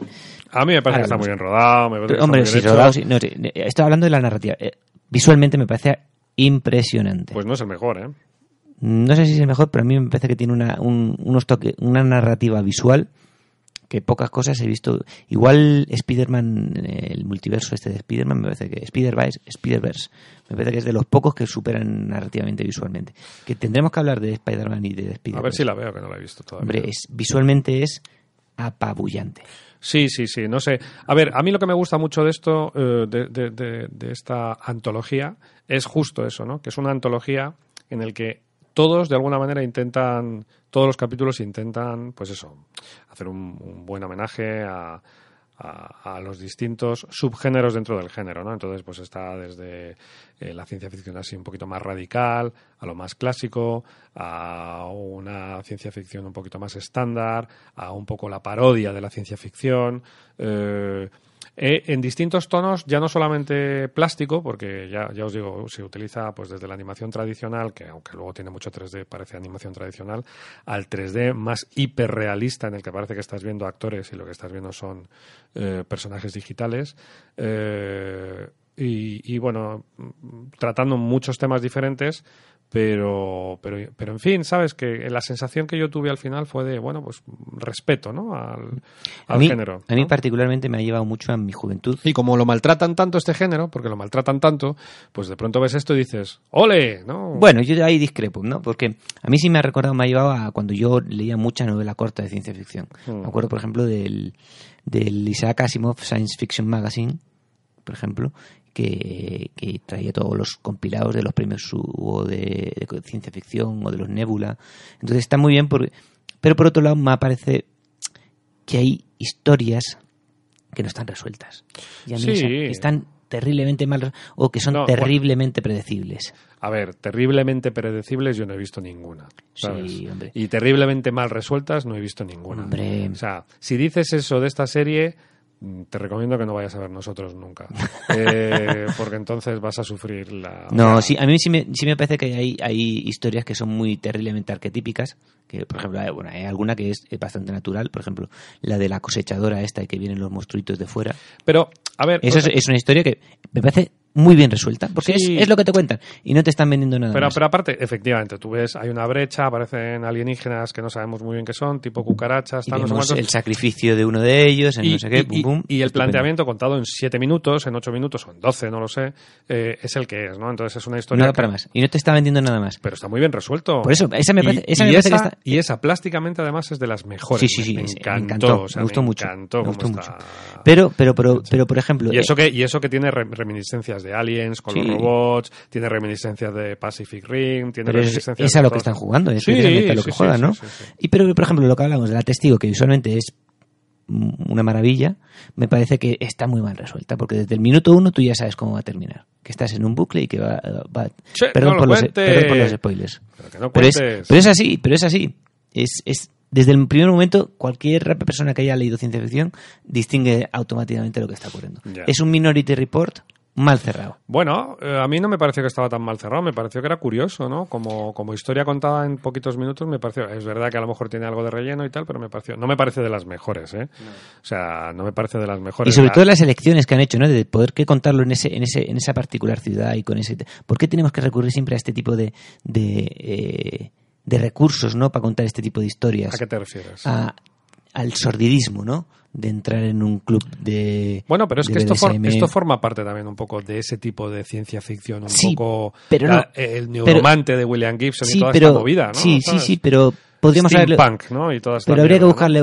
A mí me parece que está muy bien rodado. Hombre, sí, rodado, sí. No, estoy hablando de la narrativa. Visualmente me parece impresionante. Pues no es el mejor, ¿eh? No sé si es el mejor, pero a mí me parece que tiene unos toques, una narrativa visual que pocas cosas he visto. Igual Spider-Man, el multiverso de Spider-Man, me parece que Spider-Verse, me parece que es de los pocos que superan narrativamente visualmente. Que tendremos que hablar de Spider-Man y de Spider-Verse. A ver si la veo, que no la he visto todavía. Hombre, visualmente es apabullante. Sí, no sé. A ver, a mí lo que me gusta mucho de esto, de esta antología, es justo eso, ¿no? Que es una antología en el que todos, de alguna manera, todos los capítulos intentan, pues eso, hacer un buen homenaje a los distintos subgéneros dentro del género, ¿no? Entonces, pues está desde la ciencia ficción así un poquito más radical, a lo más clásico, a una ciencia ficción un poquito más estándar, a un poco la parodia de la ciencia ficción, en distintos tonos, ya no solamente plástico, porque ya os digo, se utiliza pues desde la animación tradicional, que aunque luego tiene mucho 3D, parece animación tradicional, al 3D más hiperrealista, en el que parece que estás viendo actores y lo que estás viendo son personajes digitales. Y bueno, tratando muchos temas diferentes, pero en fin, sabes que la sensación que yo tuve al final fue de, bueno, pues respeto, ¿no? al género, ¿no? A mí particularmente me ha llevado mucho a mi juventud. Y como lo maltratan tanto este género, porque lo maltratan tanto, pues de pronto ves esto y dices, ¡ole! ¿No? Bueno, yo ahí discrepo, ¿no? Porque a mí sí me ha recordado, me ha llevado a cuando yo leía mucha novela corta de ciencia ficción. Me acuerdo, por ejemplo, del Isaac Asimov Science Fiction Magazine, por ejemplo, que traía todos los compilados de los premios Hugo de ciencia ficción o de los Nebula. Entonces está muy bien, pero por otro lado me parece que hay historias que no están resueltas. Y a mí que están terriblemente mal o que son terriblemente predecibles. A ver, terriblemente predecibles yo no he visto ninguna, ¿sabes? Sí, hombre. Y terriblemente mal resueltas no he visto ninguna. Hombre. O sea, si dices eso de esta serie, te recomiendo que no vayas a ver Nosotros nunca. Porque entonces vas a sufrir la... No, sí, a mí sí me parece que hay historias que son muy terriblemente arquetípicas, que por ejemplo hay alguna que es bastante natural, por ejemplo la de la cosechadora esta y que vienen los monstruitos de fuera. Pero, a ver... Eso es una historia que me parece muy bien resuelta, porque sí, es lo que te cuentan y no te están vendiendo nada más. Pero aparte, efectivamente, tú ves, hay una brecha, aparecen alienígenas que no sabemos muy bien qué son, tipo cucarachas, y tal, no sé vemos cuántos. el sacrificio de uno de ellos, no sé qué, pum, pum. Y el estupendo. planteamiento contado en 7 minutos, en 8 minutos o en 12, no lo sé, es el que es, ¿no? Entonces es una historia... Nada para más. Y no te está vendiendo nada más. Pero está muy bien resuelto. Por eso, esa me parece, y esa plásticamente además es de las mejores. Sí, Me encantó. O sea, me gustó mucho. Encantó Me gustó cómo mucho. está... Pero, por ejemplo... Y eso que tiene reminiscencias de Aliens con los robots, tiene reminiscencias de Pacific Rim, tiene pero reminiscencias es a de lo cosas. que están jugando, es Sí, realmente a lo que sí, juegan, ¿no? sí. Y pero, por ejemplo, lo que hablamos de La Testigo, que visualmente es una maravilla, me parece que está muy mal resuelta, porque desde el minuto 1 tú ya sabes cómo va a terminar, que estás en un bucle y que va... Perdón, no por lo perdón por los spoilers. Pero que no Pero cuentes. es así. Es desde el primer momento, cualquier persona que haya leído ciencia ficción distingue automáticamente lo que está ocurriendo. Ya. Es un Minority Report mal cerrado. Bueno, a mí no me pareció que estaba tan mal cerrado, me pareció que era curioso, ¿no? Como historia contada en poquitos minutos me pareció, es verdad que a lo mejor tiene algo de relleno y tal, pero no me parece de las mejores, ¿eh? No. O sea, no me parece de las mejores. Y sobre todo las elecciones que han hecho, ¿no? De poder que contarlo en esa particular ciudad y con ese... ¿Por qué tenemos que recurrir siempre a este tipo de recursos, ¿no? Para contar este tipo de historias? ¿A qué te refieres? Al sordidismo, ¿no? De entrar en un club de... Bueno, pero es que BDSM. esto forma parte también un poco de ese tipo de ciencia ficción, poco... Pero el neuromante de William Gibson y toda esta movida, ¿no? Sí, ¿sabes? sí, pero podríamos Steampunk, ¿no? Y toda esta pero habría que mierda, buscarle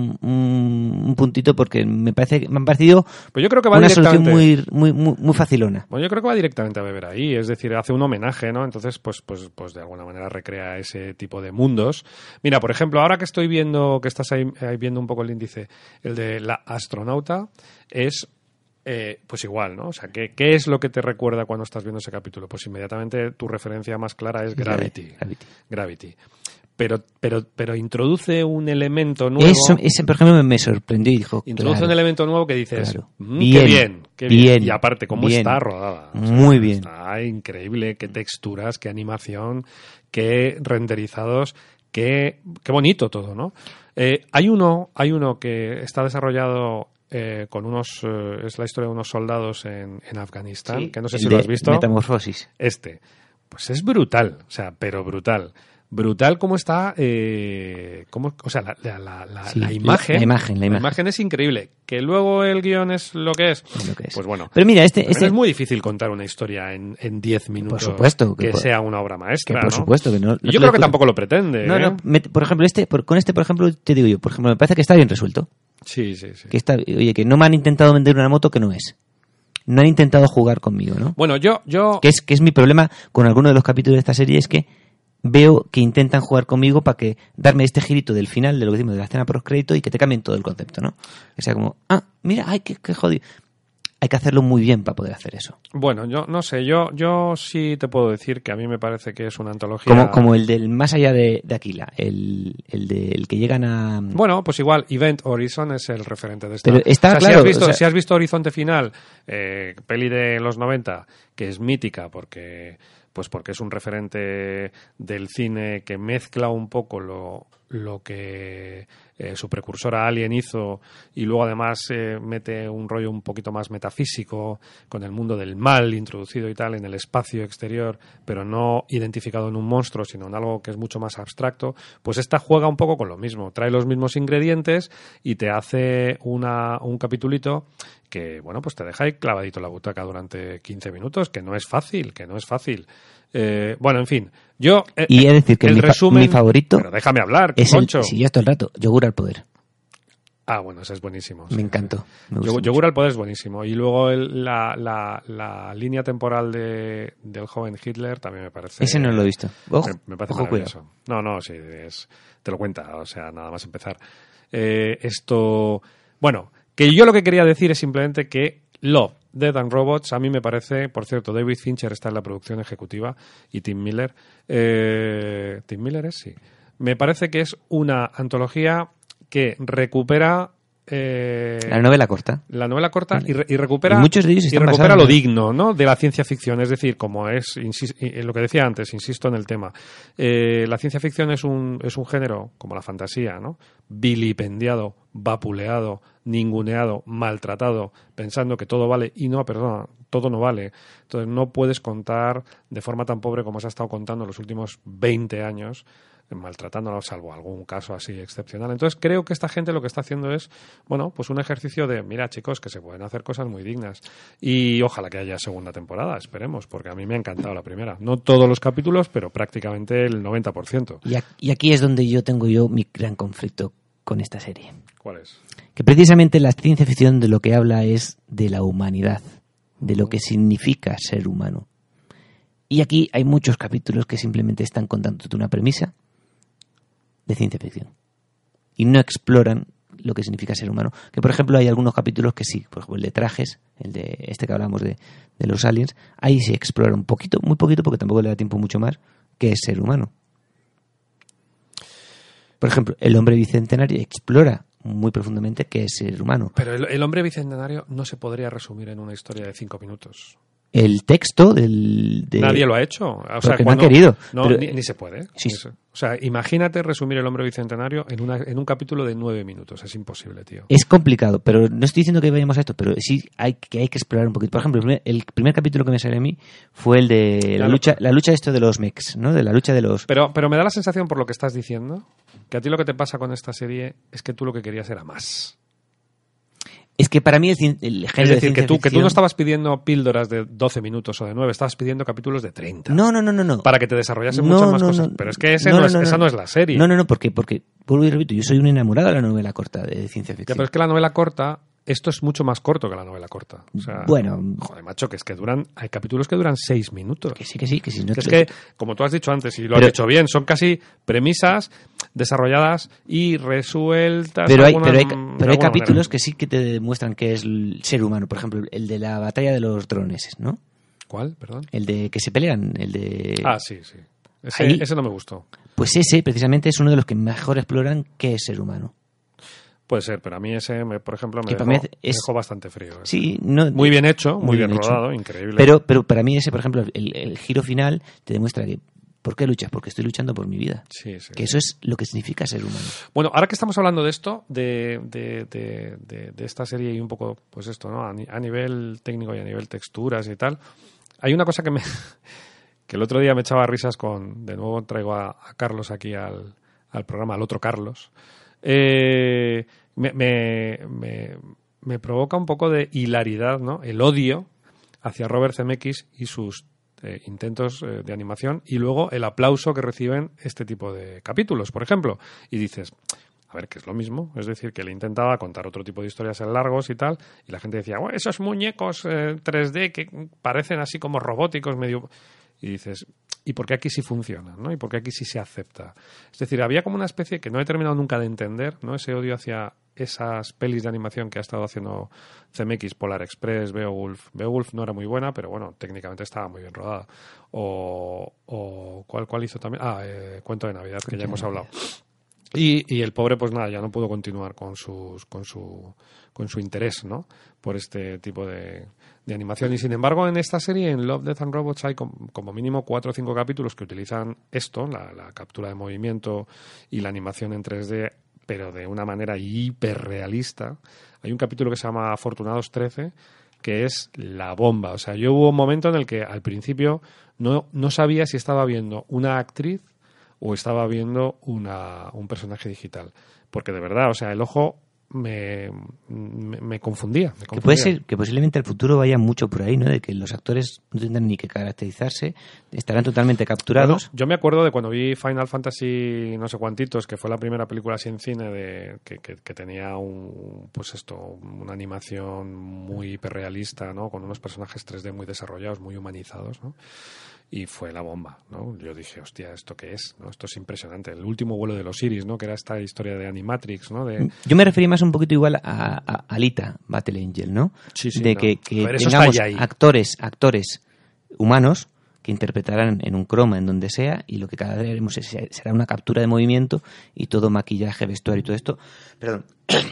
un puntito porque me han parecido pues yo creo que va una solución directamente... muy facilona. Bueno, yo creo que va directamente a beber ahí, es decir, hace un homenaje, ¿no? Entonces, pues de alguna manera recrea ese tipo de mundos. Mira, por ejemplo, ahora que estoy viendo, que estás ahí viendo un poco el índice, el de La Astronauta, es pues igual, ¿no? O sea, ¿qué es lo que te recuerda cuando estás viendo ese capítulo? Pues inmediatamente tu referencia más clara es Gravity. Pero introduce un elemento nuevo. Ese, por ejemplo, me sorprendió y dijo... Introduce un elemento nuevo que dices, claro. qué bien. Y aparte, cómo está rodada. Muy bien. Está increíble, qué texturas, qué animación, qué renderizados, qué bonito todo, ¿no? Hay uno que está desarrollado... con unos es la historia de unos soldados en Afganistán, sí, que no sé si lo has visto. Metamorfosis. Pues es brutal, o sea, pero brutal cómo está, o sea, la imagen. La imagen es increíble. Que luego el guión es lo que es. Pues bueno. Pero mira, es muy difícil contar una historia en 10 minutos. Por supuesto. Que sea una obra maestra, por supuesto que no. Y yo creo que tampoco lo pretende. No, por ejemplo, por ejemplo, te digo yo, por ejemplo, me parece que está bien resuelto. Sí. Que no me han intentado vender una moto que no es. No han intentado jugar conmigo, ¿no? Bueno, yo... Que es mi problema con alguno de los capítulos de esta serie, es que veo que intentan jugar conmigo para que darme este girito del final de lo que decimos de la escena post-crédito y que te cambien todo el concepto, ¿no? Que sea como, mira, ay, qué jodido. Hay que hacerlo muy bien para poder hacer eso. Bueno, yo no sé, yo sí te puedo decir que a mí me parece que es una antología... Como el del Más allá de Aquila, el que llegan a... Bueno, pues igual, Event Horizon es el referente de esta... Pero está claro... Si has visto Horizonte Final, peli de los 90, que es mítica porque es un referente del cine que mezcla un poco lo que su precursora Alien hizo y luego además mete un rollo un poquito más metafísico con el mundo del mal introducido y tal en el espacio exterior, pero no identificado en un monstruo, sino en algo que es mucho más abstracto, pues esta juega un poco con lo mismo, trae los mismos ingredientes y te hace un capitulito que, bueno, pues te deja ahí clavadito en la butaca durante 15 minutos, que no es fácil. Bueno, en fin, yo... y he de decir que mi favorito... Pero déjame hablar, es Concho. Sí, ya todo el rato, Yogur al poder. Ah, bueno, ese es buenísimo. Me encantó. Yogur al poder es buenísimo. Y luego la línea temporal del joven Hitler también me parece... Ese no lo he visto. Me parece ojo, maravilloso. No, sí, te lo cuenta, o sea, nada más empezar. Esto... Bueno, que yo lo que quería decir es simplemente que Love, Death and Robots, a mí me parece, por cierto, David Fincher está en la producción ejecutiva y Tim Miller. Tim Miller sí. Me parece que es una antología que recupera la novela corta. La novela corta y recupera, y muchos de ellos están recupera basados lo en... digno, ¿no? De la ciencia ficción. Es decir, como es lo que decía antes, insisto en el tema. La ciencia ficción es un género, como la fantasía, ¿no? Vilipendiado, vapuleado, ninguneado, maltratado, pensando que todo vale y no, perdona, todo no vale. Entonces no puedes contar de forma tan pobre como se ha estado contando en los últimos 20 años, maltratándolo, salvo algún caso así excepcional. Entonces creo que esta gente lo que está haciendo es, bueno, pues un ejercicio de, mira chicos, que se pueden hacer cosas muy dignas. Y ojalá que haya segunda temporada, esperemos, porque a mí me ha encantado la primera. No todos los capítulos, pero prácticamente el 90%. Y aquí es donde yo tengo mi gran conflicto con esta serie. ¿Cuál es? Que precisamente la ciencia ficción de lo que habla es de la humanidad, de lo que significa ser humano. Y aquí hay muchos capítulos que simplemente están contándote una premisa de ciencia ficción y no exploran lo que significa ser humano. Que por ejemplo hay algunos capítulos que sí, por ejemplo el de trajes, el de este que hablamos de los aliens, ahí se explora un poquito, muy poquito, porque tampoco le da tiempo mucho más, qué es ser humano. Por ejemplo, el hombre bicentenario explora muy profundamente qué es ser humano. Pero el hombre bicentenario no se podría resumir en una historia de 5 minutos. El texto Nadie lo ha hecho. O sea, no han querido. No, pero, ni se puede. Sí. O sea, imagínate resumir el hombre bicentenario en un capítulo de 9 minutos. Es imposible, tío. Es complicado, pero no estoy diciendo que vayamos a esto, pero sí hay que explorar un poquito. Por ejemplo, el primer capítulo que me sale a mí fue el de la lucha esto de los mechs, ¿no? De la lucha de los... Pero me da la sensación, por lo que estás diciendo, que a ti lo que te pasa con esta serie es que tú lo que querías era más. Es que para mí el género es decir, de que tú no estabas pidiendo píldoras de 12 minutos o de 9, estabas pidiendo capítulos de 30. No. Para que te desarrollasen muchas más cosas. Pero es que esa no es la serie. No, porque vuelvo y repito, yo soy un enamorado de la novela corta de ciencia ficción. Ya, pero es que la novela corta, esto es mucho más corto que la novela corta. O sea, bueno, joder, macho, que es que hay capítulos que duran 6 minutos. Que sí. Que si no es que, como tú has dicho antes, y lo has dicho bien, son casi premisas desarrolladas y resueltas. Pero hay capítulos manera. Que sí que te demuestran que es el ser humano. Por ejemplo, el de la batalla de los drones, ¿no? ¿Cuál? Perdón. El de que se pelean, el de... Ah, sí. Ese no me gustó. Pues ese, precisamente, es uno de los que mejor exploran qué es ser humano. Puede ser, pero a mí ese, por ejemplo, me dejó bastante frío. Sí, muy bien hecho, muy bien rodado, increíble. Pero para mí ese, por ejemplo, el giro final te demuestra que ¿por qué luchas? Porque estoy luchando por mi vida. Sí. Que eso es lo que significa ser humano. Bueno, ahora que estamos hablando de esto, de esta serie y un poco, pues esto, ¿no? A nivel técnico y a nivel texturas y tal, hay una cosa que el otro día me echaba risas con, de nuevo traigo a Carlos aquí al programa, al otro Carlos. Me provoca un poco de hilaridad, ¿no? El odio hacia Robert Zemeckis y sus intentos de animación, y luego el aplauso que reciben este tipo de capítulos, por ejemplo. Y dices, a ver, que es lo mismo. Es decir, que le intentaba contar otro tipo de historias en largos y tal, y la gente decía, oh, esos muñecos 3D que parecen así como robóticos, medio... Y dices, ¿y por qué aquí sí funciona, ¿no? ¿Y por qué aquí sí se acepta? Es decir, había como una especie que no he terminado nunca de entender, ¿no? Ese odio hacia esas pelis de animación que ha estado haciendo Zemeckis, Polar Express, Beowulf. Beowulf no era muy buena, pero bueno, técnicamente estaba muy bien rodada. O ¿cuál hizo también? Cuento de Navidad, que ya hemos hablado. Y el pobre, pues nada, ya no pudo continuar con su interés, ¿no? Por este tipo de animación. Y sin embargo, en esta serie, en Love, Death and Robots, hay como mínimo 4 o 5 capítulos que utilizan esto, la captura de movimiento y la animación en 3D, pero de una manera hiperrealista. Hay un capítulo que se llama Afortunados 13, que es la bomba. O sea, yo hubo un momento en el que al principio no sabía si estaba viendo una actriz o estaba viendo un personaje digital. Porque de verdad, o sea, el ojo me confundía. Que puede ser que posiblemente el futuro vaya mucho por ahí, ¿no? De que los actores no tendrán ni que caracterizarse, estarán totalmente capturados. Bueno, yo me acuerdo de cuando vi Final Fantasy no sé cuantitos, que fue la primera película así en cine que tenía una animación muy hiperrealista, ¿no? Con unos personajes 3D muy desarrollados, muy humanizados, ¿no? Y fue la bomba, ¿no? Yo dije, hostia, ¿esto qué es? ¿No? Esto es impresionante. El último vuelo de los Iris, ¿no? Que era esta historia de Animatrix, ¿no? Yo me refería más un poquito igual a Alita, Battle Angel, ¿no? Sí, de no. que tengamos actores humanos que interpretarán en un croma, en donde sea, y lo que cada vez haremos será una captura de movimiento y todo maquillaje, vestuario y todo esto. Perdón.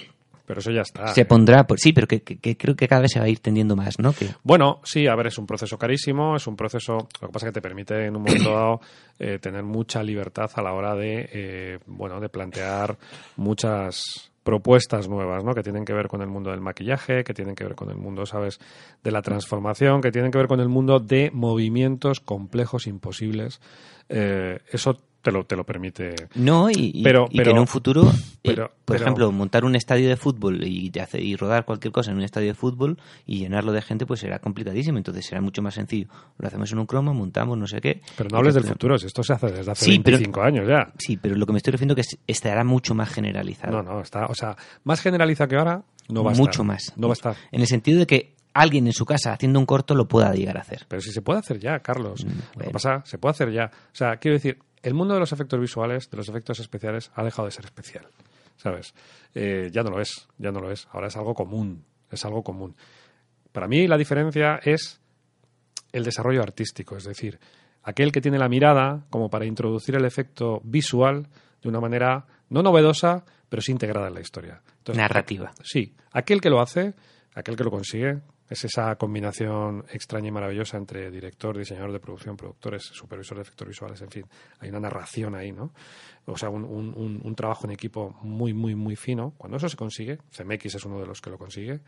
Pero eso ya está. Se pondrá, sí, pero que creo que cada vez se va a ir tendiendo más, ¿no? Bueno, sí, a ver, es un proceso carísimo, es un proceso, lo que pasa es que te permite en un momento dado tener mucha libertad a la hora de, de plantear muchas propuestas nuevas, ¿no? Que tienen que ver con el mundo del maquillaje, que tienen que ver con el mundo, ¿sabes?, de la transformación, que tienen que ver con el mundo de movimientos complejos, imposibles. Eso te lo permite. No, y que en un futuro, por ejemplo, montar un estadio de fútbol y rodar cualquier cosa en un estadio de fútbol y llenarlo de gente, pues será complicadísimo. Entonces será mucho más sencillo. Lo hacemos en un croma, montamos no sé qué. Pero no hables del futuro, si esto se hace desde hace 25 años ya. Sí, pero lo que me estoy refiriendo es que estará mucho más generalizado. No, está, o sea, más generalizado que ahora no va a mucho estar. Más. No va a estar. En el sentido de que alguien en su casa haciendo un corto lo pueda llegar a hacer. Pero si se puede hacer ya, Carlos. Bueno. Lo que pasa, se puede hacer ya. O sea, quiero decir, el mundo de los efectos visuales, de los efectos especiales, ha dejado de ser especial, ¿sabes? Ya no lo es. Ahora es algo común. Para mí la diferencia es el desarrollo artístico, es decir, aquel que tiene la mirada como para introducir el efecto visual de una manera no novedosa, pero sí integrada en la historia. Entonces, narrativa. Sí, aquel que lo hace, aquel que lo consigue, es esa combinación extraña y maravillosa entre director, diseñador de producción, productores, supervisor de efectos visuales, en fin. Hay una narración ahí, ¿no? O sea, un trabajo en equipo muy, muy, muy fino. Cuando eso se consigue, CMX es uno de los que lo consigue,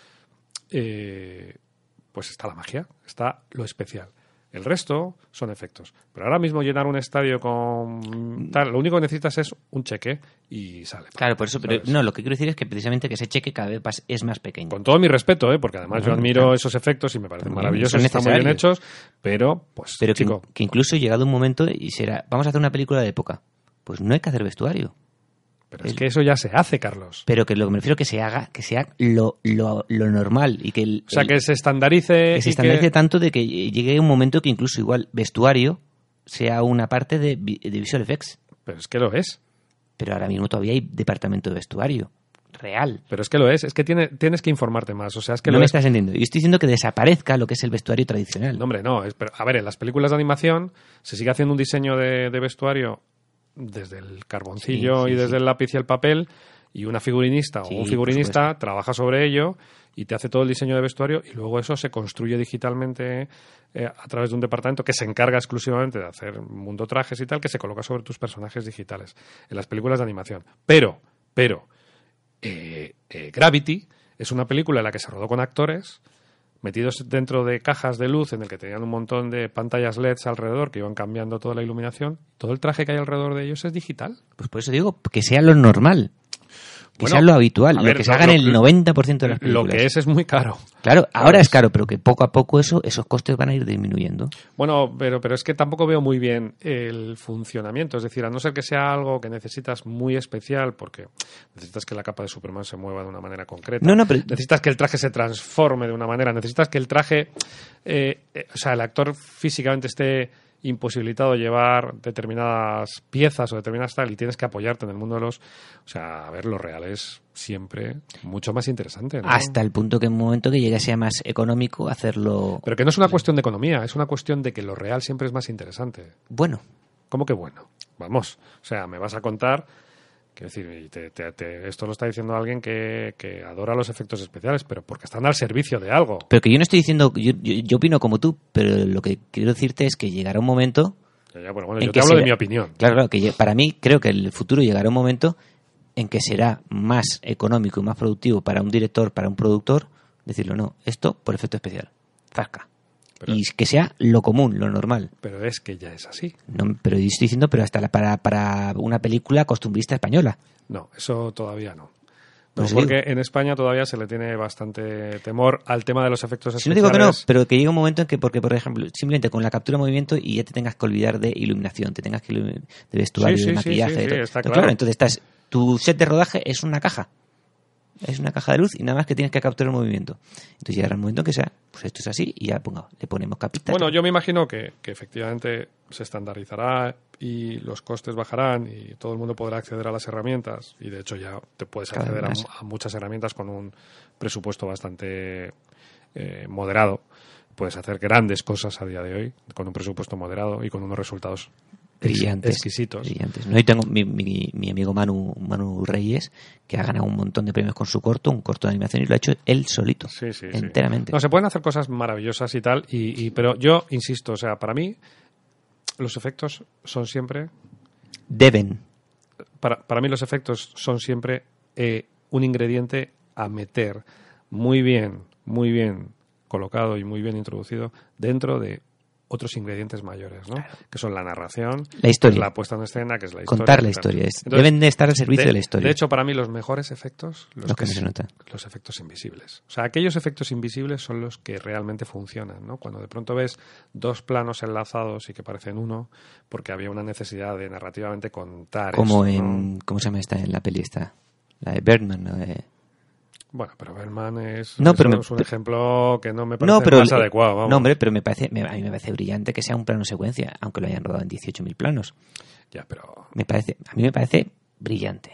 pues está la magia, está lo especial. El resto son efectos. Pero ahora mismo llenar un estadio con tal, lo único que necesitas es un cheque y sale. Claro, por eso, pero no, lo que quiero decir es que precisamente que ese cheque cada vez es más pequeño. Con todo mi respeto, porque además yo admiro esos efectos y me parecen maravillosos, están muy bien hechos, pero pues pero chico, que incluso llegado un momento y será, vamos a hacer una película de época. Pues no hay que hacer vestuario. Pero es que eso ya se hace, Carlos. Pero que lo que me refiero que sea lo normal y que que se estandarice. Que se estandarice tanto de que llegue un momento que incluso igual vestuario sea una parte de visual effects. Pero es que lo es. Pero ahora mismo todavía hay departamento de vestuario real. Pero es que lo es que tienes que informarte más. O sea, es que no me estás entendiendo. Yo estoy diciendo que desaparezca lo que es el vestuario tradicional. No, hombre, no. Pero, a ver, en las películas de animación se sigue haciendo un diseño de vestuario desde el carboncillo y desde el lápiz y el papel, y una figurinista o un figurinista trabaja sobre ello y te hace todo el diseño de vestuario, y luego eso se construye digitalmente a través de un departamento que se encarga exclusivamente de hacer mundo trajes y tal, que se coloca sobre tus personajes digitales en las películas de animación. Pero Gravity es una película en la que se rodó con actores metidos dentro de cajas de luz en el que tenían un montón de pantallas LEDs alrededor que iban cambiando toda la iluminación. Todo el traje que hay alrededor de ellos es digital. Pues por eso digo que sea lo normal. Que sea lo habitual, lo que se haga en el 90% de las películas. Lo que es muy caro. Claro, ahora es caro, pero que poco a poco esos costes van a ir disminuyendo. Bueno, pero es que tampoco veo muy bien el funcionamiento. Es decir, a no ser que sea algo que necesitas muy especial, porque necesitas que la capa de Superman se mueva de una manera concreta. Pero necesitas que el traje se transforme de una manera. Necesitas que el traje, el actor físicamente esté imposibilitado de llevar determinadas piezas o determinadas tal, y tienes que apoyarte en el mundo de los... O sea, a ver, lo real es siempre mucho más interesante, ¿no? Hasta el punto que en un momento que llegue sea más económico hacerlo... Pero que no es una cuestión de economía, es una cuestión de que lo real siempre es más interesante. Bueno. ¿Cómo que bueno? Vamos, o sea, me vas a contar... Quiero decir, esto lo está diciendo alguien que adora los efectos especiales, pero porque están al servicio de algo. Pero que yo no estoy diciendo... Yo opino como tú, pero lo que quiero decirte es que llegará un momento... Bueno, yo te hablo de mi opinión. Claro, que para mí creo que en el futuro llegará un momento en que será más económico y más productivo para un director, para un productor, decirlo, no, esto por efecto especial. Zasca. Y que sea lo común, lo normal. Pero es que ya es así. No, pero yo estoy diciendo, pero hasta para una película costumbrista española. No, eso todavía no. Porque en España todavía se le tiene bastante temor al tema de los efectos especiales. No digo que no, pero que llegue un momento en que, porque por ejemplo, simplemente con la captura de movimiento y ya te tengas que olvidar de iluminación, te tengas que de vestuario, de maquillaje. Sí, está claro. Entonces tu set de rodaje es una caja. Es una caja de luz y nada más que tienes que capturar el movimiento. Entonces llegará un momento en que sea, pues esto es así y ya le ponemos capitas. Bueno, yo me imagino que efectivamente se estandarizará y los costes bajarán y todo el mundo podrá acceder a las herramientas, y de hecho ya te puedes acceder a muchas herramientas con un presupuesto bastante moderado. Puedes hacer grandes cosas a día de hoy con un presupuesto moderado y con unos resultados exquisitos. Brillantes. No, yo tengo mi amigo Manu Reyes, que ha ganado un montón de premios con su corto, un corto de animación, y lo ha hecho él solito, enteramente. No, se pueden hacer cosas maravillosas y tal, pero yo insisto, o sea, para mí los efectos son siempre... Para mí los efectos son siempre un ingrediente a meter muy bien colocado y muy bien introducido dentro de otros ingredientes mayores, ¿no? Claro. Que son la narración, la historia, la puesta en escena, que es la historia. Contar la historia. Entonces, deben de estar al servicio de la historia. De hecho, para mí los mejores efectos, los efectos invisibles. O sea, aquellos efectos invisibles son los que realmente funcionan, ¿no? Cuando de pronto ves dos planos enlazados y que parecen uno, porque había una necesidad de narrativamente contar como eso, en, ¿no? ¿Cómo se llama esta en la peli esta? La de Birdman, ¿no? Bueno, pero Birdman es un ejemplo que no me parece más adecuado. Vamos. No, hombre, pero a mí me parece brillante que sea un plano secuencia, aunque lo hayan rodado en 18.000 planos. Ya, pero... A mí me parece brillante.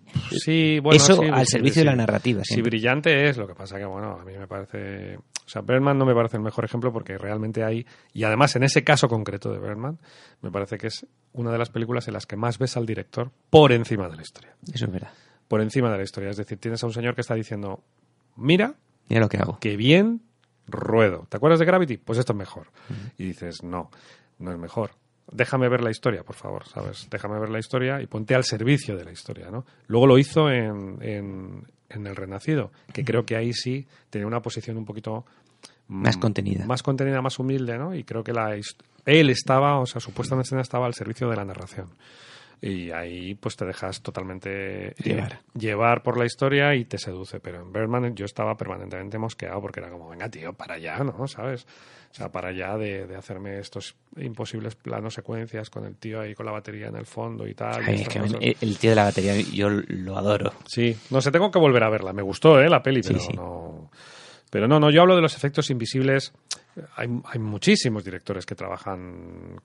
Sí, bueno, eso sí, al servicio de la narrativa. Sí, brillante es, lo que pasa que, bueno, a mí me parece... O sea, Birdman no me parece el mejor ejemplo porque realmente hay... Y además, en ese caso concreto de Birdman, me parece que es una de las películas en las que más ves al director por encima de la historia. Eso es verdad. Por encima de la historia. Es decir, tienes a un señor que está diciendo, mira lo que hago. Qué bien ruedo. ¿Te acuerdas de Gravity? Pues esto es mejor. Y dices, no es mejor. Déjame ver la historia, por favor, ¿sabes? Déjame ver la historia y ponte al servicio de la historia, ¿no? Luego lo hizo en El Renacido, que creo que ahí sí tenía una posición un poquito... Más contenida, más humilde, ¿no? Y creo que él estaba, o sea, su puesta en escena estaba al servicio de la narración. Y ahí pues te dejas totalmente llevar por la historia y te seduce. Pero en Birdman yo estaba permanentemente mosqueado porque era como, venga tío, para allá, ¿no? ¿Sabes? O sea, para allá de hacerme estos imposibles planos secuencias con el tío ahí con la batería en el fondo y tal. Ay, es que el tío de la batería yo lo adoro. Sí, no sé, tengo que volver a verla. Me gustó, la peli, pero sí. No... Pero no, yo hablo de los efectos invisibles. Hay muchísimos directores que trabajan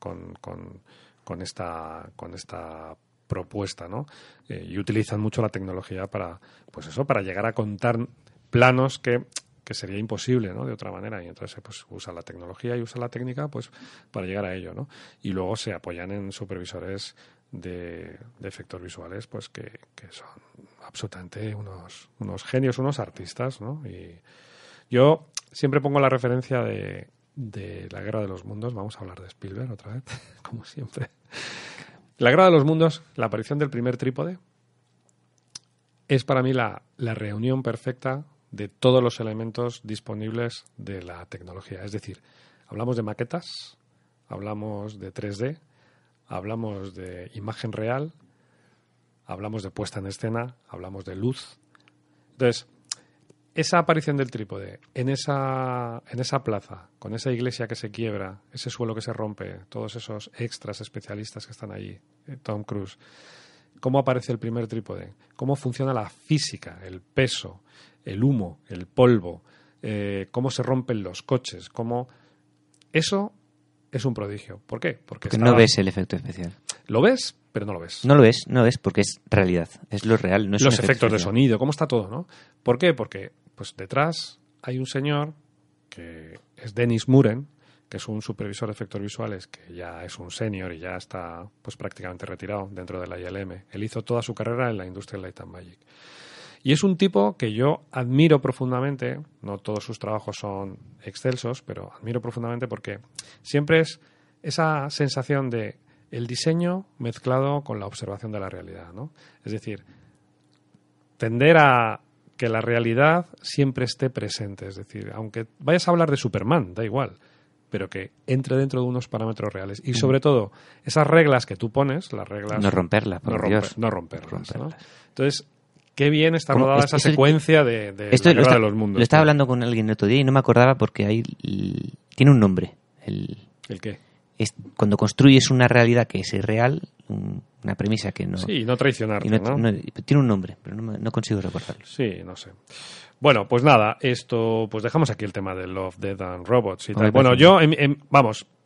con esta propuesta, ¿no? Y utilizan mucho la tecnología para llegar a contar planos que sería imposible, ¿no? De otra manera. Y entonces pues usa la tecnología y usa la técnica pues para llegar a ello, ¿no? Y luego se apoyan en supervisores de efectos visuales pues que son absolutamente unos genios, unos artistas, ¿no? Y yo siempre pongo la referencia de La Guerra de los Mundos. Vamos a hablar de Spielberg otra vez, como siempre. La Guerra de los Mundos, la aparición del primer trípode, es para mí la reunión perfecta de todos los elementos disponibles de la tecnología. Es decir, hablamos de maquetas, hablamos de 3D, hablamos de imagen real, hablamos de puesta en escena, hablamos de luz. Entonces, esa aparición del trípode en esa plaza, con esa iglesia que se quiebra, ese suelo que se rompe, todos esos extras especialistas que están allí, Tom Cruise, cómo aparece el primer trípode, cómo funciona la física, el peso, el humo, el polvo, cómo se rompen los coches, cómo... Eso es un prodigio. ¿Por qué? Porque no ves el efecto especial. Lo ves, pero no lo ves. No lo ves porque es realidad, es lo real. No es los efectos de sonido, cómo está todo, ¿no? ¿Por qué? Porque pues detrás hay un señor que es Dennis Muren, que es un supervisor de efectos visuales que ya es un senior y ya está pues prácticamente retirado dentro de la ILM. Él hizo toda su carrera en la industria del Light and Magic. Y es un tipo que yo admiro profundamente, no todos sus trabajos son excelsos, pero admiro profundamente porque siempre es esa sensación de el diseño mezclado con la observación de la realidad, ¿no? Es decir, tender a que la realidad siempre esté presente. Es decir, aunque vayas a hablar de Superman, da igual, pero que entre dentro de unos parámetros reales. Y sobre todo, esas reglas que tú pones, las reglas... No romperlas, por Dios. No romperlas, ¿no? Entonces, qué bien está rodada esa secuencia de La Guerra de los Mundos. Lo estaba hablando con alguien el otro día y no me acordaba porque ahí tiene un nombre. ¿El qué? Es cuando construyes una realidad que es irreal, una premisa que no... Sí, no traicionarte, ¿no? Tiene un nombre, pero no consigo recordarlo. Sí, no sé. Bueno, pues nada, pues dejamos aquí el tema de Love, Death and Robots y tal. Bueno, yo, vamos,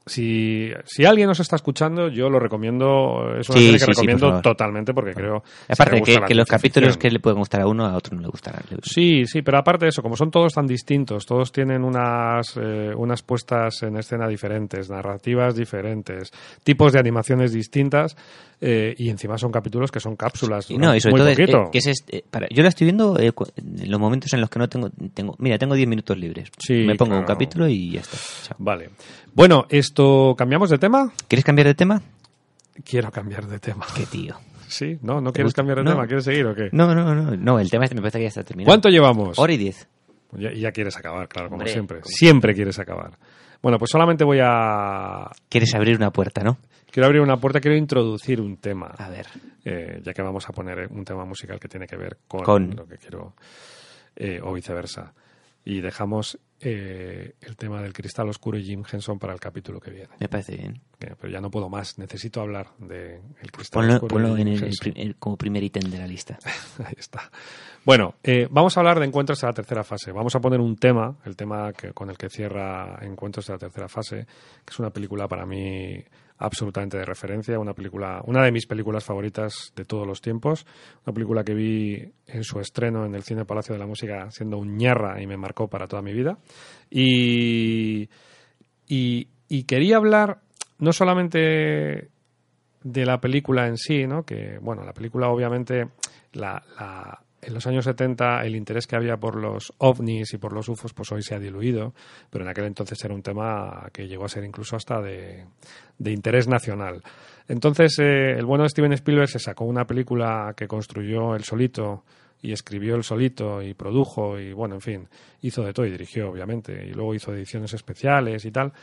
Si alguien nos está escuchando, yo lo recomiendo. Es una serie que recomiendo totalmente porque creo. Aparte, que los capítulos que le pueden gustar a uno, a otro no le gustarán. Sí, pero aparte de eso, como son todos tan distintos, todos tienen unas puestas en escena diferentes, narrativas diferentes, tipos de animaciones distintas, y encima son capítulos que son cápsulas. Y no, y sobre muy todo poquito. Yo la estoy viendo en los momentos en los que no tengo 10 minutos libres. Sí, me pongo claro. un capítulo y ya está. Chao. Vale. Bueno, ¿cambiamos de tema? ¿Quieres cambiar de tema? Quiero cambiar de tema. ¿Qué tío? ¿Sí? ¿No quieres cambiar de tema? ¿Quieres seguir o qué? No, el tema este me parece que ya está terminado. ¿Cuánto llevamos? 1:10. Ya quieres acabar, claro, como Hombre, siempre. Siempre quieres acabar. Bueno, pues solamente voy a... Quieres abrir una puerta, ¿no? Quiero abrir una puerta, quiero introducir un tema. A ver. Ya que vamos a poner un tema musical que tiene que ver con lo que quiero, o viceversa. Y dejamos el tema del Cristal Oscuro y Jim Henson para el capítulo que viene. Me parece bien. Pero ya no puedo más, necesito hablar de el Cristal Oscuro. Ponlo y en Jim Henson. como primer ítem de la lista. Ahí está. Bueno, vamos a hablar de Encuentros de la tercera fase. Vamos a poner un tema, el tema con el que cierra Encuentros de la tercera fase, que es una película para mí absolutamente de referencia, una de mis películas favoritas de todos los tiempos, una película que vi en su estreno en el Cine Palacio de la Música siendo un ñarra y me marcó para toda mi vida. Y quería hablar no solamente de la película en sí, ¿no? Que, bueno, la película obviamente en los años 70 el interés que había por los ovnis y por los UFOs pues hoy se ha diluido, pero en aquel entonces era un tema que llegó a ser incluso hasta de interés nacional. Entonces el bueno de Steven Spielberg se sacó una película que construyó él solito y escribió él solito y produjo y bueno, en fin, hizo de todo y dirigió obviamente y luego hizo ediciones especiales y tal.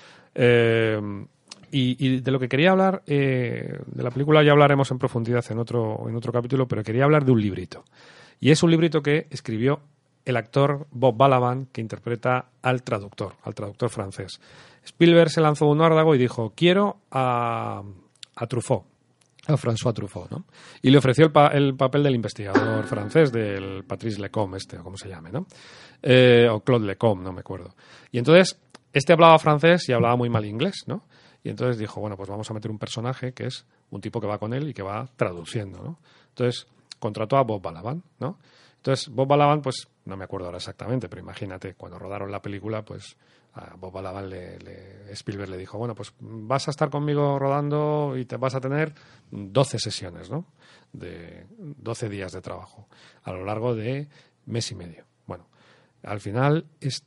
Y de lo que quería hablar, de la película ya hablaremos en profundidad en otro capítulo, pero quería hablar de un librito. Y es un librito que escribió el actor Bob Balaban, que interpreta al traductor francés. Spielberg se lanzó un órdago y dijo, quiero a Truffaut, a François Truffaut, ¿no? Y le ofreció el papel del investigador francés, del Patrice Lecomte, o como se llame, ¿no? O Claude Lecomte, no me acuerdo. Y entonces, hablaba francés y hablaba muy mal inglés, ¿no? Y entonces dijo, bueno, pues vamos a meter un personaje que es un tipo que va con él y que va traduciendo, ¿no? Entonces contrató a Bob Balaban, ¿no? Entonces Bob Balaban, pues no me acuerdo ahora exactamente, pero imagínate, cuando rodaron la película, pues a Bob Balaban Spielberg le dijo, bueno, pues vas a estar conmigo rodando y te vas a tener 12 sesiones, ¿no? De 12 días de trabajo a lo largo de mes y medio. Bueno, al final,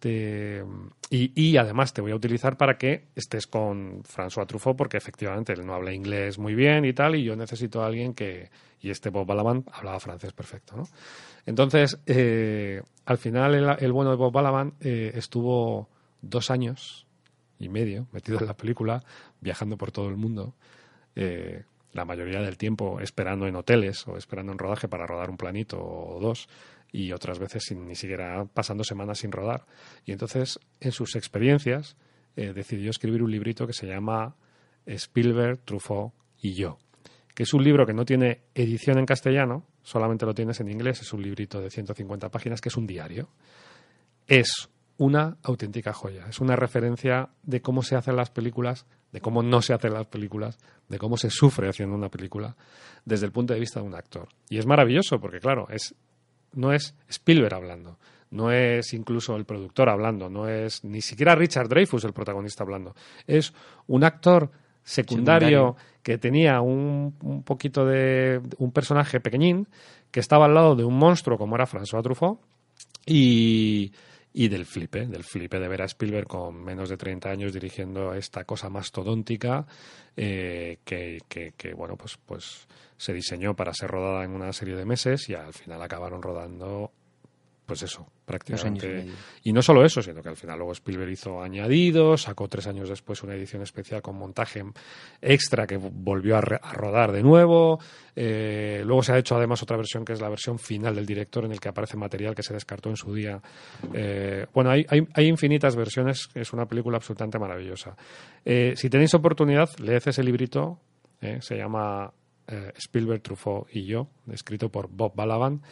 y además te voy a utilizar para que estés con François Truffaut, porque efectivamente él no habla inglés muy bien y tal, y yo necesito a alguien y Bob Balaban hablaba francés perfecto, ¿no? Entonces, al final el bueno de Bob Balaban estuvo 2 años y medio metido en la película, viajando por todo el mundo, la mayoría del tiempo esperando en hoteles o esperando en rodaje para rodar un planito o 2, y otras veces ni siquiera pasando semanas sin rodar. Y entonces, en sus experiencias, decidió escribir un librito que se llama Spielberg, Truffaut y yo, que es un libro que no tiene edición en castellano, solamente lo tienes en inglés, es un librito de 150 páginas, que es un diario. Es una auténtica joya, es una referencia de cómo se hacen las películas, de cómo no se hacen las películas, de cómo se sufre haciendo una película, desde el punto de vista de un actor. Y es maravilloso porque, claro, no es Spielberg hablando, no es incluso el productor hablando, no es ni siquiera Richard Dreyfuss el protagonista hablando. Es un actor secundario que tenía un poquito de un personaje pequeñín que estaba al lado de un monstruo como era François Truffaut y del flipe de ver a Spielberg con menos de 30 años dirigiendo esta cosa mastodóntica que bueno, pues se diseñó para ser rodada en una serie de meses y al final acabaron rodando, pues eso, prácticamente. Y no solo eso, sino que al final luego Spielberg hizo añadidos, sacó 3 años después una edición especial con montaje extra que volvió a rodar de nuevo. Luego se ha hecho además otra versión que es la versión final del director, en el que aparece material que se descartó en su día. Bueno, hay infinitas versiones, es una película absolutamente maravillosa. Si tenéis oportunidad, leed ese librito, se llama Spielberg, Truffaut y yo, escrito por Bob Balaban,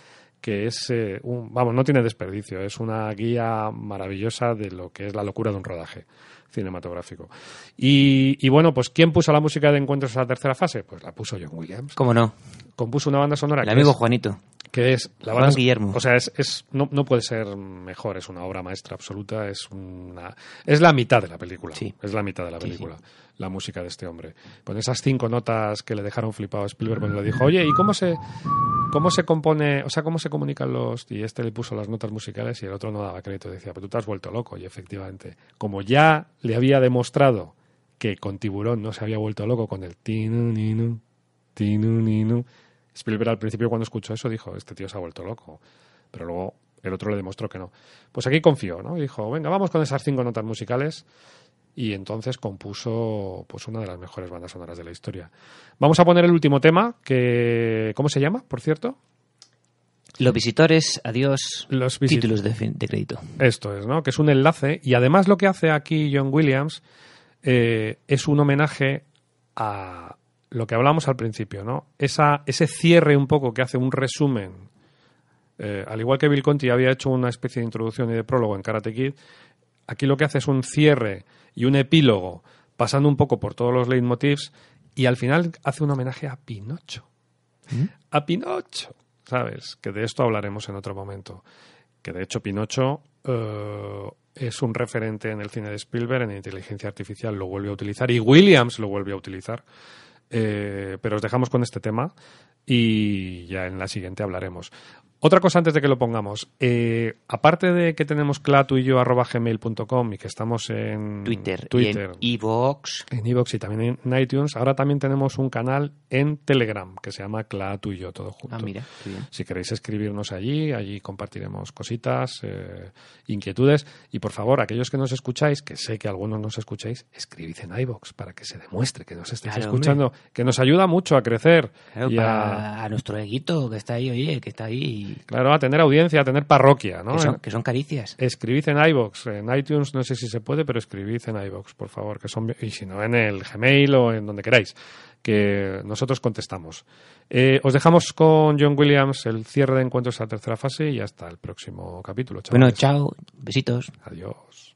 que es, vamos, no tiene desperdicio, es una guía maravillosa de lo que es la locura de un rodaje cinematográfico. Y bueno, pues ¿quién puso la música de Encuentros a la tercera fase? Pues la puso John Williams. ¿Cómo no? Compuso una banda sonora El amigo Juanito. que es la Juan banda, Guillermo. o sea, no puede ser mejor, es una obra maestra absoluta, es la mitad de la película, Sí. es la mitad de la Sí, película, la música de este hombre. Con esas 5 notas que le dejaron flipado a Spielberg cuando le dijo, oye, ¿y cómo se compone, o sea, cómo se comunican los...? Y este le puso las notas musicales y el otro no daba crédito, decía, pero tú te has vuelto loco. Y efectivamente, como ya le había demostrado que con Tiburón no se había vuelto loco con el tinu, ninu, Spielberg al principio cuando escuchó eso dijo, este tío se ha vuelto loco, pero luego el otro le demostró que no. Pues aquí confió, ¿no? Dijo, venga, vamos con esas 5 notas musicales, y entonces compuso pues una de las mejores bandas sonoras de la historia. Vamos a poner el último tema, que ¿cómo se llama, por cierto? Los visitores, adiós, Los títulos de crédito. Esto es, ¿no? Que es un enlace, y además lo que hace aquí John Williams es un homenaje a lo que hablamos al principio, ¿no? Ese cierre un poco que hace un resumen, al igual que Bill Conti había hecho una especie de introducción y de prólogo en Karate Kid, aquí lo que hace es un cierre y un epílogo, pasando un poco por todos los leitmotivs, y al final hace un homenaje a Pinocho. A Pinocho, ¿sabes? Que de esto hablaremos en otro momento. Que de hecho Pinocho es un referente en el cine de Spielberg, en inteligencia artificial lo vuelve a utilizar, y Williams lo vuelve a utilizar. Pero os dejamos con este tema y ya en la siguiente hablaremos. Otra cosa antes de que lo pongamos, aparte de que tenemos clatuyo@gmail.com y que estamos en Twitter y en iVoox. En iVoox y también en iTunes, ahora también tenemos un canal en Telegram que se llama Clatuyo, todo junto. Ah, mira, qué bien. Si queréis escribirnos allí compartiremos cositas, inquietudes, y por favor, aquellos que nos escucháis, que sé que algunos nos escucháis, escribid en iVoox para que se demuestre que nos estáis Claro, escuchando, que nos ayuda mucho a crecer. Claro, Y a nuestro eguito que está ahí, oye, que está ahí. claro, a tener audiencia, a tener parroquia, ¿no? Que son caricias. Escribid en iVoox, en iTunes no sé si se puede, pero escribid en iVoox, por favor, y si no en el Gmail o en donde queráis, que nosotros contestamos. Os dejamos con John Williams, el cierre de Encuentros a la tercera fase, y hasta el próximo capítulo. Bueno, Chavales. chao, besitos. Adiós.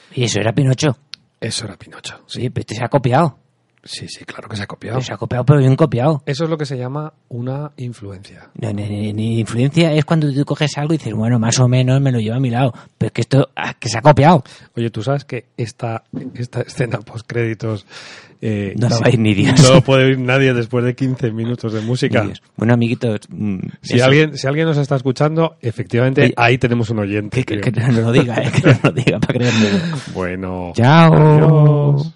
Y eso era Pinocho. Eso era Pinocho. Sí, pero se ha copiado. Sí, claro que se ha copiado. Pero se ha copiado, pero bien copiado. Eso es lo que se llama una influencia. No, ni influencia es cuando tú coges algo y dices, bueno, más o menos me lo llevo a mi lado. Pero es que esto, que se ha copiado. Oye, ¿tú sabes que esta escena postcréditos no lo va a ir ni Dios? No lo puede oír nadie después de 15 minutos de música. Bueno, amiguitos... Si alguien nos está escuchando, efectivamente, oye, ahí tenemos un oyente. Que no lo diga, que no lo diga para creerlo. Bueno. Chao. Adiós.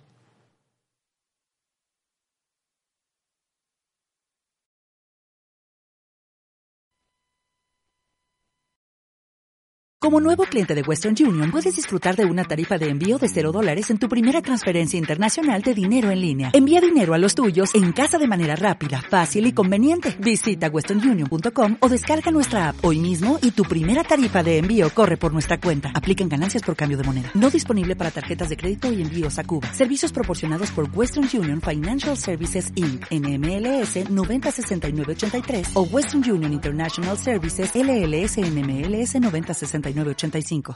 Como nuevo cliente de Western Union, puedes disfrutar de una tarifa de envío de $0 en tu primera transferencia internacional de dinero en línea. Envía dinero a los tuyos en casa de manera rápida, fácil y conveniente. Visita westernunion.com o descarga nuestra app hoy mismo y tu primera tarifa de envío corre por nuestra cuenta. Aplican ganancias por cambio de moneda. No disponible para tarjetas de crédito y envíos a Cuba. Servicios proporcionados por Western Union Financial Services Inc. NMLS 906983 o Western Union International Services LLS NMLS 906985.